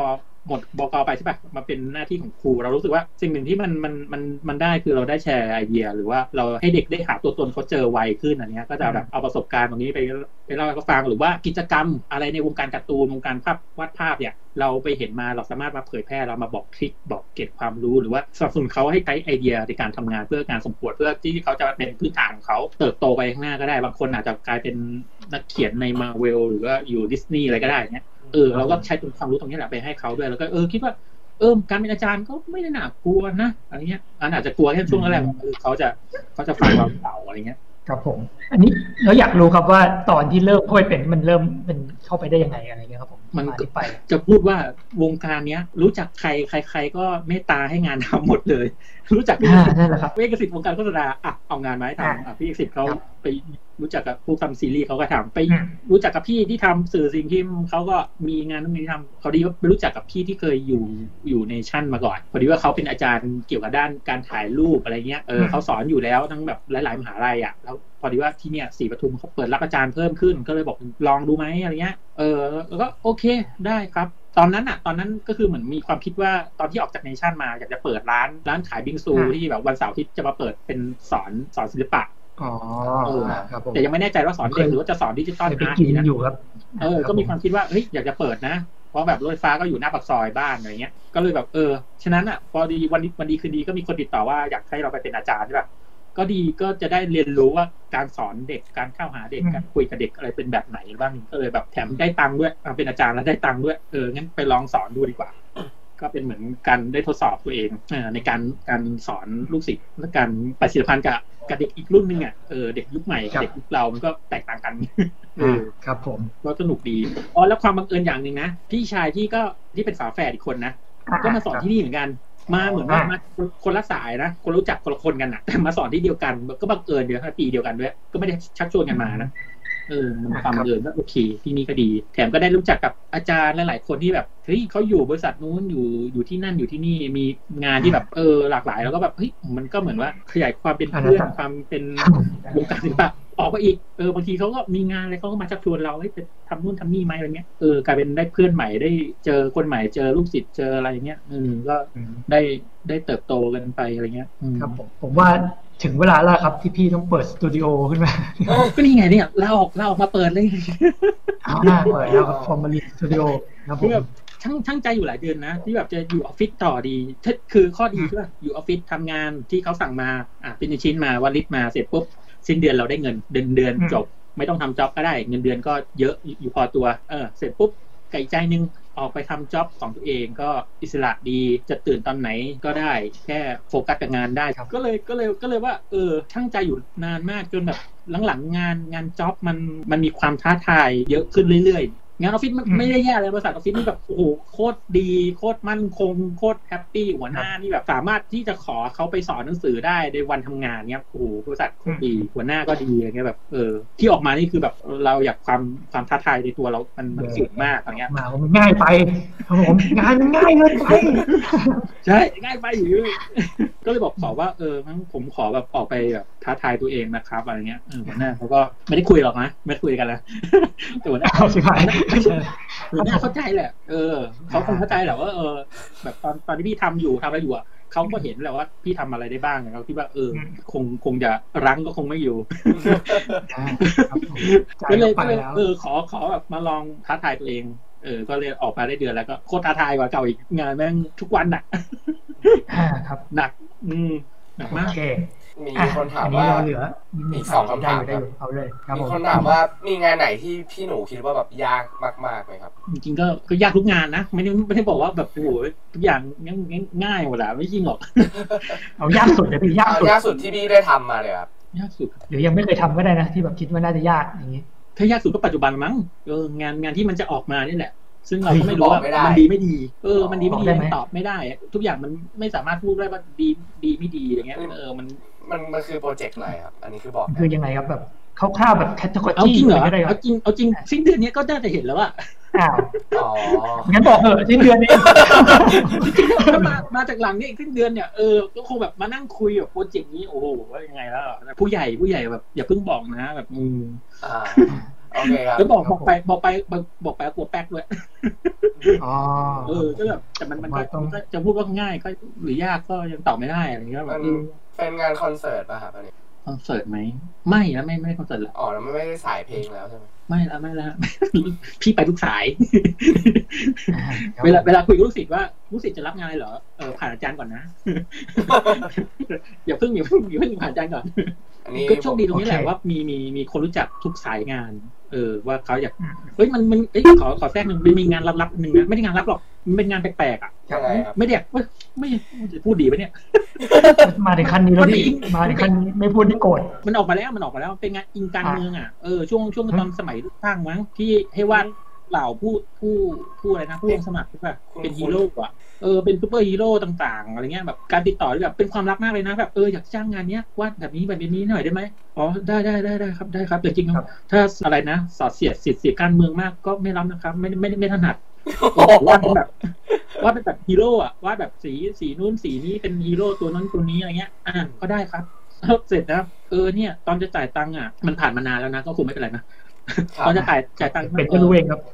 หมดบก.ไปใช่ป่ะมาเป็นหน้าที่ของครูเรารู้สึกว่าสิ่งหนึ่งที่มันได้คือเราได้แชร์ไอเดียหรือว่าเราให้เด็กได้หาตัวตนเขาเจอไวขึ้นอันนี้ก็จะแบบเอาประสบการณ์ตรงนี้ไปเล่าให้เขาฟังหรือว่ากิจกรรมอะไรในวงการการ์ตูนวงการวาดภาพเนี่ยเราไปเห็นมาเราสามารถมาเผยแพร่เรามาบอกทริคบอกเก็บความรู้หรือว่าสนับสนุนเขาให้ใช้ไอเดียในการทำงานเพื่อการส่งประกวดเพื่อที่เขาจะเป็นพื้นฐานของเขาเติบโตไปข้างหน้าก็ได้บางคนอาจจะกลายเป็นนักเขียนใน Marvel หรือว่าอยู่ดิสนีย์อะไรก็ได้เนี่ยเราก็ใช้ความรู้ตรงนี้แหละไปให้เขาด้วยแล้วก็คิดว่าการเป็นอาจารย์ก็ไม่ได้น่ากลัวนะอะไรเงี้ยอาจจะกลัวแค่ช่วงแรกเขาจะฟังเราเก่าอะไรเงี้ยครับผมอันนี้เราอยากรู้ครับว่าตอนที่เริ่มเข้าไปเป็นมันเริ่มเป็นเข้าไปได้ยังไงอะไรเงี้ยครับผมมันไปจะพูดว่าวงการเนี้ยรู้จักใครก็เมตตาให้งานทำหมดเลยรู้จักนั่นแหละครับเอกสิทธิ์วงการโฆษณาเอางานมาให้ทำพี่เอกสิทธิ์เขาไปรู้จักกับผู้ทำซีรีส์เขาก็ทำไปรู้จักกับพี่ที่ทำสื่อสิ่งพิมพ์เขาก็มีงานตรงนี้ทำเขาดีว่าไปรู้จักกับพี่ที่เคยอยู่ในชั้นมาก่อนพอดีว่าเขาเป็นอาจารย์เกี่ยวกับด้านการถ่ายรูปอะไรเงี้ยเขาสอนอยู่แล้วทั้งแบบหลายๆมหาลัยอ่ะแล้วพอดีว่าที่เนี่ยศรีปทุมเขาเปิดรับอาจารย์เพิ่มขึ้นก็เลยบอกลองดูไหมอะไรเงี้ยแล้วก็โอเคได้ครับตอนนั้นก็คือเหมือนมีความคิดว่าตอนที่ออกจากเนชั่นมาอยากจะเปิดร้านขายบิงซูที่แบบวันเสาร์ที่จะมาเปิดเป็นสอนศิลปะครับแต่ยังไม่แน่ใจว่าสอนเด็กหรือว่าจะสอนดิจิตอลอาร์ตดีนะก็มีความคิดว่าเฮ้ยอยากจะเปิดนะเพราะแบบรถไฟฟ้าก็อยู่หน้าปากซอยบ้านอะไรเงี้ยก็เลยแบบฉะนั้นพอดีวันดีคืนดีก็มีคนติดต่อว่าอยากให้เราไปเป็นอาจารย์ใช่ป่ะก็ดีก็จะได้เรียนรู้ว่าการสอนเด็กการเข้าหาเด็กการคุยกับเด็กอะไรเป็นแบบไหนบ้างก็เลยแบบแถมได้ตังค์ด้วยเป็นอาจารย์แล้วได้ตังค์ด้วยงั้นไปลองสอนดูดีกว่าก็เป็นเหมือนการได้ทดสอบตัวเองในการสอนลูกศิษย์และการปฏิสัมพันธ์กับเด็กอีกรุ่นนึงเด็กยุคใหม่เด็กยุคเรามันก็แตกต่างกันครับผมก็สนุกดีแล้วความบังเอิญอย่างนึงนะพี่ชายที่เป็นฝาแฝดอีกคนนะก็มาสอนที่นี่เหมือนกันมาเหมือนว่ามาคนละสายนะคนรู้จักคนละคนกันนะแต่มาสอนที่เดียวกันก็บังเอิญเดียวกันปีเดียวกันด้วยก็ไม่ได้ชักชวนกันมานะมันความบังเอิญก็โอเคที่นี่ก็ดีแถมก็ได้รู้จักกับอาจารย์หลายๆคนที่แบบเฮ้ยเขาอยู่บริษัทนู้นอยู่ที่นั่นอยู่ที่นี่มีงานที่แบบหลากหลายแล้วก็แบบเฮ้ยมันก็เหมือนว่าขยายความเป็นเพื่อนความเป็นวงการศิลปะออกไปอีกบางทีเขาก็มีงานอะไรเขาก็มาชักชวนเราให้ไปทำนู่นทำนี่ไหมอะไรเงี้ยกลายเป็นได้เพื่อนใหม่ได้เจอคนใหม่เจอลูกศิษย์เจออะไรเงี้ยก็ได้เติบโตกันไปอะไรเงี้ยครับผมว่าถึงเวลาแล้วครับที่พี่ต้องเปิดสตูดิโอขึ้นมาก็นี่ไงเนี่ยเราออกมาเปิดเลยเปิดแล้วฟอร์มาลีสตูดิโอครับผมช่างใจอยู่หลายเดือนนะที่แบบจะอยู่ออฟฟิศต่อดีคือข้อดีคือว่าอยู่ออฟฟิศทำงานที่เขาสั่งมาเป็นชิ้นมาวันลิสต์มาเสร็จปุ๊บสิ้นเดือนเราได้เงินเดือนจบไม่ต้องทำจ็อบก็ได้เงินเดือนก็เยอะอยู่พอตัวเสร็จปุ๊บไก่ใจนึงออกไปทำจ็อบของตัวเองก็อิสระดีจะตื่นตอนไหนก็ได้แค่โฟกัสกับงานได้ก็เลยว่าช่างใจอยู่นานมากจนแบบหลังๆงานจ็อบมันมีความท้าทายเยอะขึ้นเรื่อยๆงานออฟฟิศไม่ได้แย่เลยบริษัทออฟฟิศนี่แบบโอ้โหโคตรดีโคตรมั่นคงโคตรแฮปปี้หัวหน้านี่แบบสามารถที่จะขอเขาไปสอนหนังสือได้ในวันทำงานเนี้ยโอ้โหบริษัทโคตรดีหัวหน้าก็ดีอะไรเงี้ยแบบที่ออกมานี่คือแบบเราอยากความท้าทายในตัวเรามันสูงมากอย่างเงี้ยมันง่ายไปครับผมงานมันง่ายเกินไปใช่ง่ายไปอยู่ก็เลยบอกขอว่างั้นผมขอแบบออกไปแบบท้าทายตัวเองนะครับอะไรเงี้ยหัวหน้าเขาก็ไม่ได้คุยหรอกนะไม่คุยกันแล้วแต่หัวหน้าเอาสิครับหัวหน้าเข้าใจแหละเขาคงเข้าใจแหละว่าแบบตอนที่พี่ทำอะไรอยู่เขาก็เห็นแหละว่าพี่ทำอะไรได้บ้างเขาคิดว่าคงจะรั้งก็คงไม่อยู่ก็เลยขอแบบมาลองท้าทายตัวเองก็เลยออกมาได้เดือนแล้วก็โคตรท้าทายกว่าเก่าอีกงานแม่งทุกวันหนักครับหนักมากมีคนถามว่าอีก2 คำถามครับเอาเลยครับมีคนถามว่ามีงานไหนที่พี่หนูคิดว่าแบบยากมากๆไหมครับจริงๆก็ยากทุกงานนะไม่ได้บอกว่าแบบโอ้โหทุกอย่างง่ายหมดแหละไม่จริงหรอกเอายากสุดเลยพี่ยากสุดที่พี่ได้ทำมาเลยครับยากสุดหรือยังไม่เคยทำก็ได้นะที่แบบคิดว่าน่าจะยากอย่างนี้ถ้ายากสุดก็ปัจจุบันมั้งงานที่มันจะออกมานี่แหละซึ่งเราก็ไม่รู้ว่ามันดีไม่ดีมันดีไม่ดีตอบไม่ได้ทุกอย่างมันไม่สามารถพูดได้ว่าดีไม่ดีอย่างเงี้ยมันคือโปรเจกต์อะไรครับอันนี้คือบอกคือยังไงครับแบบคร่าวๆแบบแคตตากรีเอาจริงเหรอเอาจริงสิ้นเดือนนี้ก็น่าจะเห็นแล้วว่างั้นบอกสิ้นเดือนนี้ถ้ามาจากหลังนี้สิ้นเดือนเนี่ยก็คงแบบมานั่งคุยแบบโปรเจกต์นี้โอ้โหว่ายังไงแล้วผู้ใหญ่แบบอย่าเพิ่งบอกนะแบบโอเคครับแล้วบอกไปกลัวแป๊กด้วยอ๋อก็แบบแต่มันก็จะพูดว่าง่ายก็หรือยากก็ยังตอบไม่ได้อะไรเงี้ยแบบเป็นงานคอนเสิร์ตป่ะครับอันนี้คอนเสิร์ตไหมไม่แล้วไม่คอนเสิร์ตแล้วอ๋อแล้วไม่ได้สายเพลงแล้วใช่ไหมไม่แล้วพี่ไปทุกสายเวลาคุยกับลูกศิษย์ว่าลูกศิษย์จะรับงานอะไรเหรอผ่านอาจารย์ก่อนนะอย่าเพิ่งผ่านอาจารย์ก่อนก็โชคดีตรงนี้แหละว่ามีคนรู้จักทุกสายงานว่าเขาอยากเฮ้ยมันขอแทรกหนึ่งมีงานลับๆหนึ่งนะไม่ได้งานลับหรอกมันเป็นงานแปลกๆอ่ะไม่เด็กไม่พูดดีปะเนี่ยมาในขั้นนี้แล้วดิมาในขั้นไม่พูดนี่โกรธมันออกมาแล้วเป็นงานอิงการเมืองอ่ะช่วงตอนสมัยสร้างมั้งที่ให้วาดเหล่าผู้อะไรนะผู้ลงสมัครใช่ป่ะเป็นฮีโร่อ่ะเป็นซูเปอร์ฮีโร่ต่างๆอะไรเงี้ยแบบการติดต่อแบบเป็นความลับมากเลยนะแบบอยากจ้างงานเนี้ยวาดแบบนี้หน่อยได้ไหมอ๋อได้ครับได้ครับแต่จริงๆถ้าอะไรนะสอดเสียดการเมืองมากก็ไม่รับนะครับไม่ถนัดวาดเป็นแบบฮีโร่อะวาดแบบสีนู้นสีนี้เป็นฮีโร่ตัวนั้นตัวนี้อะไรเงี้ยก็ได้ครับเสร็จนะเนี่ยตอนจะจ่ายตังค์อ่ะมันผ่านมานานแล้วนะก็คงไม่เป็นไรนะตอนจะจ่ายตังค์เป็นก็รู้เองครับ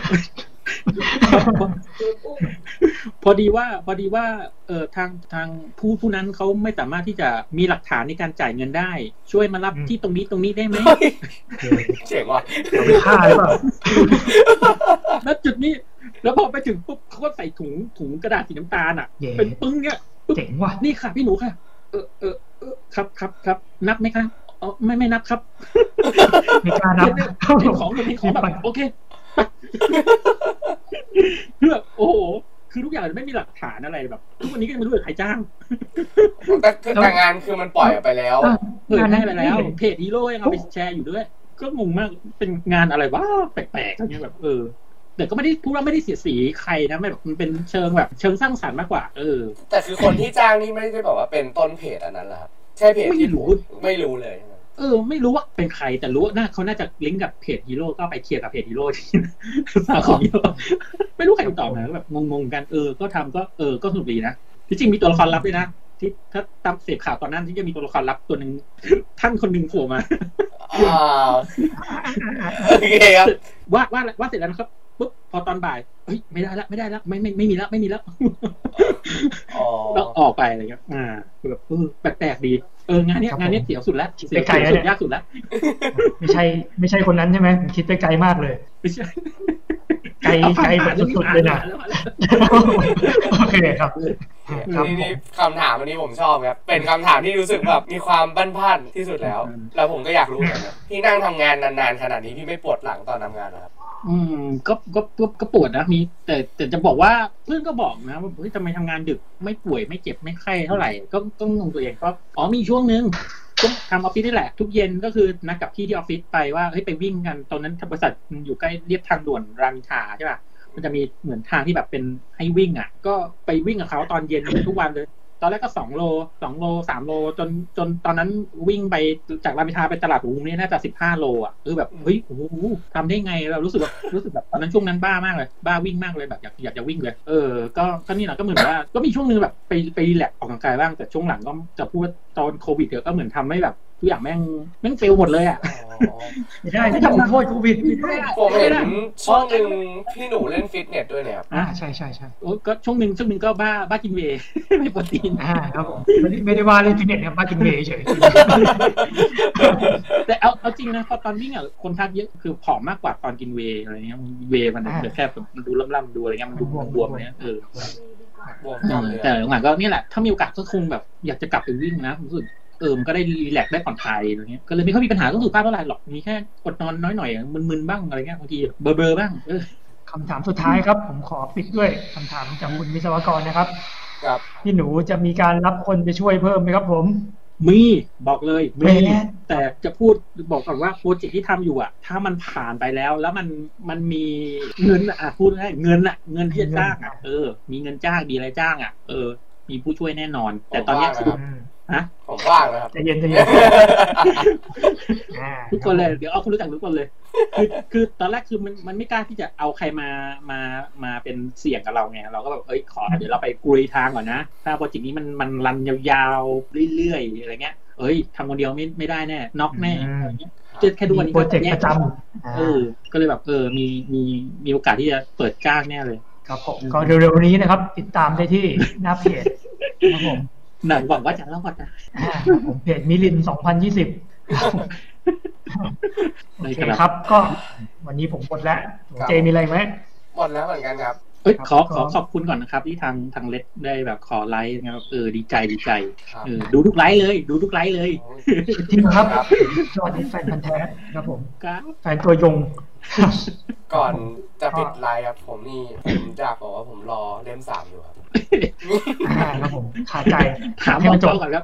พอดีว่าทางผู้นั้นเขาไม่สามารถที่จะมีหลักฐานในการจ่ายเงินได้ช่วยมารับที่ตรงนี้ได้ไหมเจ๋งว่ะค่าหรือเปล่าแล้วจุดนี้แล้วพอไปถึงปุ๊บเขาก็ใส่ถุงกระดาษสีน้ำตาลอ่ะเป็นปึ้งเนี่ยเจ๋งว่ะนี่ค่ะพี่หนูค่ะครับนับไหมคะอ๋อไม่นับครับไม่กล้านับเป็นของแบบโอเคเพื่อโอ้โหคือทุกอย่างไม่มีหลักฐานอะไรแบบทุกวันนี้ก็ยังไม่รู้ใครจ้างแต่งานคือมันปล่อยไปแล้วเผยแพร่ไปแล้วเพจฮีโร่ยังเอาไปแชร์อยู่ด้วยก็งงมากเป็นงานอะไรวะแปลกๆอย่างเงี้ยแบบแต่ก็ไม่ได้พูดว่าไม่ได้เสียสีใครนะแบบมันเป็นเชิงสร้างสรรค์มากกว่าแต่คือคนที่จ้างนี่ไม่ได้บอกว่าเป็นต้นเพจอันนั้นแหละใช่เพจที่ไม่รู้เลยไม่รู้ว่าเป็นใครแต่รู้ว่าเขาน่าจะลิงก์กับเพจฮีโร่ก็ไปเคลียร์กับเพจฮีโร่ที่สาของฮีโร่ไม่รู้ใครตอบนะแบบงงๆกันก็ทำก็สนุกดีนะที่จริงมีตัวละครลับด้วยนะที่ถ้าตามเสพข่าวตอนนั้นที่จะมีตัวละครลับตัวนึงท่านคนนึงโผล่มาโอเคครับว่าเสร็จแล้วนะครับปุ๊บพอตอนบ่ายเฮ้ยไม่ได้ละไม่มีแล้วแล้วออกไปอะไรเงี้ยแบบแปลกๆดีงานนี้เสียวสุดแล้วไปไกลแล้วยากสุดแล้วไม่ใช่คนนั้นใช่ไหมคิดไปไกลมากเลยไม่ใช่ไกลแบบสุดๆเลยนะโอเคครับนี่คำถามวันนี้ผมชอบครับเป็นคำถามที่รู้สึกแบบมีความบั้นพันที่สุดแล้วผมก็อยากรู้เหมือนกันพี่นั่งทำงานนานๆขนาดนี้พี่ไม่ปวดหลังตอนทำงานหรอครับก็ปวดนะมีแต่จะบอกว่าเพื่อนก็บอกนะว่าเฮ้ยทำไมทำงานดึกไม่ป่วยไม่เจ็บไม่ไข้เท่าไหร่ก็ต้องงงตัวเองก็มีช่วงนึงต้องทำออฟฟิศนี่แหละทุกเย็นก็คือนัดกับพี่ที่ออฟฟิศไปว่าเฮ้ยไปวิ่งกันตอนนั้นบริษัทอยู่ใกล้เรียบทางด่วนรามอินทราใช่ป่ะมันจะมีเหมือนทางที่แบบเป็นให้วิ่งอ่ะก็ไปวิ่งกับเขาตอนเย็นทุกวันเลยตอนแรกก็2 โล 3 โลจนตอนนั้นวิ่งไปจากรามอินทราไปตลาดหลวงนี่น่าจะ15 โลอ่ะแบบเฮ้ยโอ้โหทำได้ไงเรารู้สึกแบบตอนนั้นช่วงนั้นบ้ามากเลยบ้าวิ่งมากเลยแบบอยากจะวิ่งเลยก็นี่แหละก็เหมือนว่าก็มีช่วงนึงแบบไปรีแลกซ์ออกกำลังกายบ้างแต่ช่วงหลังก็จะพูดตอนโควิดก็เหมือนทำให้แบบทุกอย่างแม่งเฟลหมดเลยอ่ะไม่ได้ไม่ต้องโทษโควิดผมเห็นช่วงนึงพี่หนูเล่นฟิตเนสด้วยเนี่ยใช่โอ้ก็ช่วงนึงก็บ้ากินเวย์ไม่โปรตีนครับผมไม่ได้ว่าเล่นฟิตเนสครับบ้ากินเวย์เฉยแต่เอาจริงนะพอตอนวิ่งอ่ะคนทักเยอะคือผอมมากกว่าตอนกินเวย์อะไรเงี้ยเวย์มันแค่มันดูล่ำๆดูอะไรเงี้ยมันดูบวมๆเนี้ยแต่หลังก็นี่แหละถ้ามีโอกาสก็คงแบบอยากจะกลับไปวิ่งนะรู้สึกมันก็ได้รีแลกซ์ได้ผ่อนคลายอะไรเงี้ยก็เลยไม่ค่อยมีปัญหาต้องสุขภาพเท่าไหร่หรอกมีแค่อดนอนน้อยหน่อยมึนๆบ้างอะไรเงี้ยบางทีเบลอๆบ้างคำถามสุดท้ายครับผมขอปิดด้วยคำถามจากคุณวิศวกรนะครับพี่หนูจะมีการรับคนไปช่วยเพิ่มไหมครับผมมีบอกเลยมีแต่จะบอกก่อนว่าโปรเจกต์ที่ทำอยู่อ่ะถ้ามันผ่านไปแล้วมันมีเงินพูดง่ายเงินที่จะจ้างมีเงินจ้างมีอะไรจ้างมีผู้ช่วยแน่นอนแต่ตอนนี้ผมว่างแล้วครับใจเย็นทุกคนเลยเดี๋ยวเอาคุณรู้จักทุกคนเลยคือตอนแรกคือมันไม่กล้าที่จะเอาใครมาเป็นเสี่ยงกับเราไงเราก็แบบขอเดี๋ยวเราไปกุยทางก่อนนะถ้าโปรเจกต์นี้มันรันยาวๆเรื่อยๆอะไรเงี้ยทำคนเดียวไม่ได้แน่น็อกแน่อะไรเงี้ยแค่ดูวันนี้โปรเจกต์ประจำก็เลยแบบมีโอกาสที่จะเปิดจ้างแน่เลยครับผมก็เร็วๆนี้นะครับติดตามได้ที่หน้าเพจครับผมหนังหวังว่าจะรอดนะผมเพจมิลิน2020โอเคครับก็วันนี้ผมหมดแล้วเจมีอะไรไหมหมดแล้วเหมือนกันครับขอขอบคุณก่อนนะครับที่ทางเล็ดได้แบบขอไลค์นะครับดีใจดูทุกไลค์เลยจริงครับสวัสดีแฟนพันธุ์แท้ครับผมแฟนตัวยงก่อนจะปิดไลฟ์ครับผมอยากบอกว่าผมรอเล่ม3อยู่ครับครับผมขาดใจถามให้มันจบก่อนครับ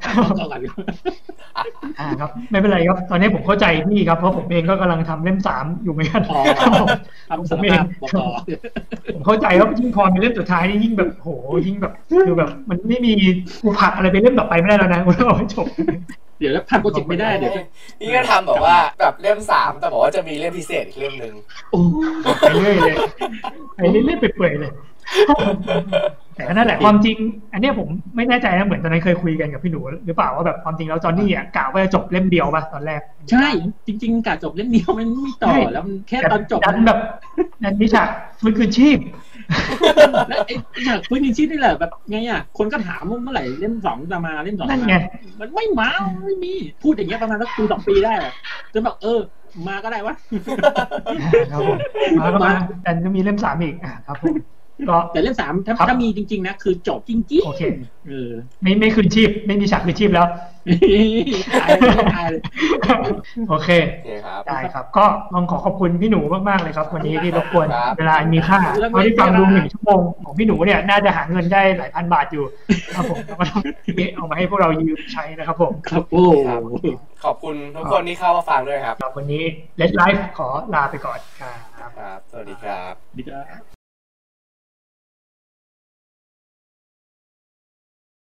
ครับไม่เป็นไรครับตอนนี้ผมเข้าใจพี่ครับเพราะผมเองก็กำลังทำเล่ม3อยู่เหมือนกันผมเองผมเข้าใจว่ายิ่งพอมีเล่มสุดท้ายนี่ยิ่งแบบโหยิ่งแบบคือแบบมันไม่มีกูผักอะไรไปเล่มต่อไปไม่ได้แล้วนะกูต้องเอาให้จบเดี๋ยวทำโปรเจกต์ไม่ได้เดี๋ยวนี่ก็ทำแบบว่าแบบเล่ม3แต่บอกว่าจะมีเล่มพิเศษอีกเล่มนึงไปเรื่อยเลยไปเรื่อยๆเปื่อยๆเลยแต่นั่นแหละความจริงอันนี้ผมไม่แน่ใจนะเหมือนตอนนั้นเคยคุยกันกับพี่หนูหรือเปล่าว่าแบบความจริงแล้วจอนนี่อ่ะกะว่าจะจบเล่มเดียวป่ะตอนแรกใช่จริงๆกะจบเล่มเดียวมันไม่ต่อแล้วแค่ตอนจบนั้นแบบนั่นนิชาฟื้นคืนชีพแล้วไอ้ฉากฟื้นคืนชีพนี่แหละแบบไงอ่ะคนก็ถามว่าเมื่อไหร่เล่ม2จะมาเล่ม2 นั่นไงมันไม่มาไม่มีพูดอย่างเงี้ยประมาณสักปี2ปีได้จนแบบมาก็ได้วะครับผมมาก็มาแต่จะมีเล่ม3อีกครับผมก็แต่เล่ม3ถ้ามีจริงๆนะคือจบจริงๆโอเคไม่คืนชีพไม่มีฉากคืนชีพแล้วโอเคได้ครับก็ต้องขอบคุณพี่หนูมากๆเลยครับวันนี้ที่รบกวนเวลามีค่าเพราะที่ฟังดู1 ชั่วโมงของพี่หนูเนี่ยน่าจะหาเงินได้หลายพันบาทอยู่ครับผมก็ต้องเอามาให้พวกเรายืมใช้นะครับผมครับขอบคุณทุกคนที่เข้ามาฟังด้วยครับวันนี้ Let's Live ขอลาไปก่อนครับสวัสดีครับ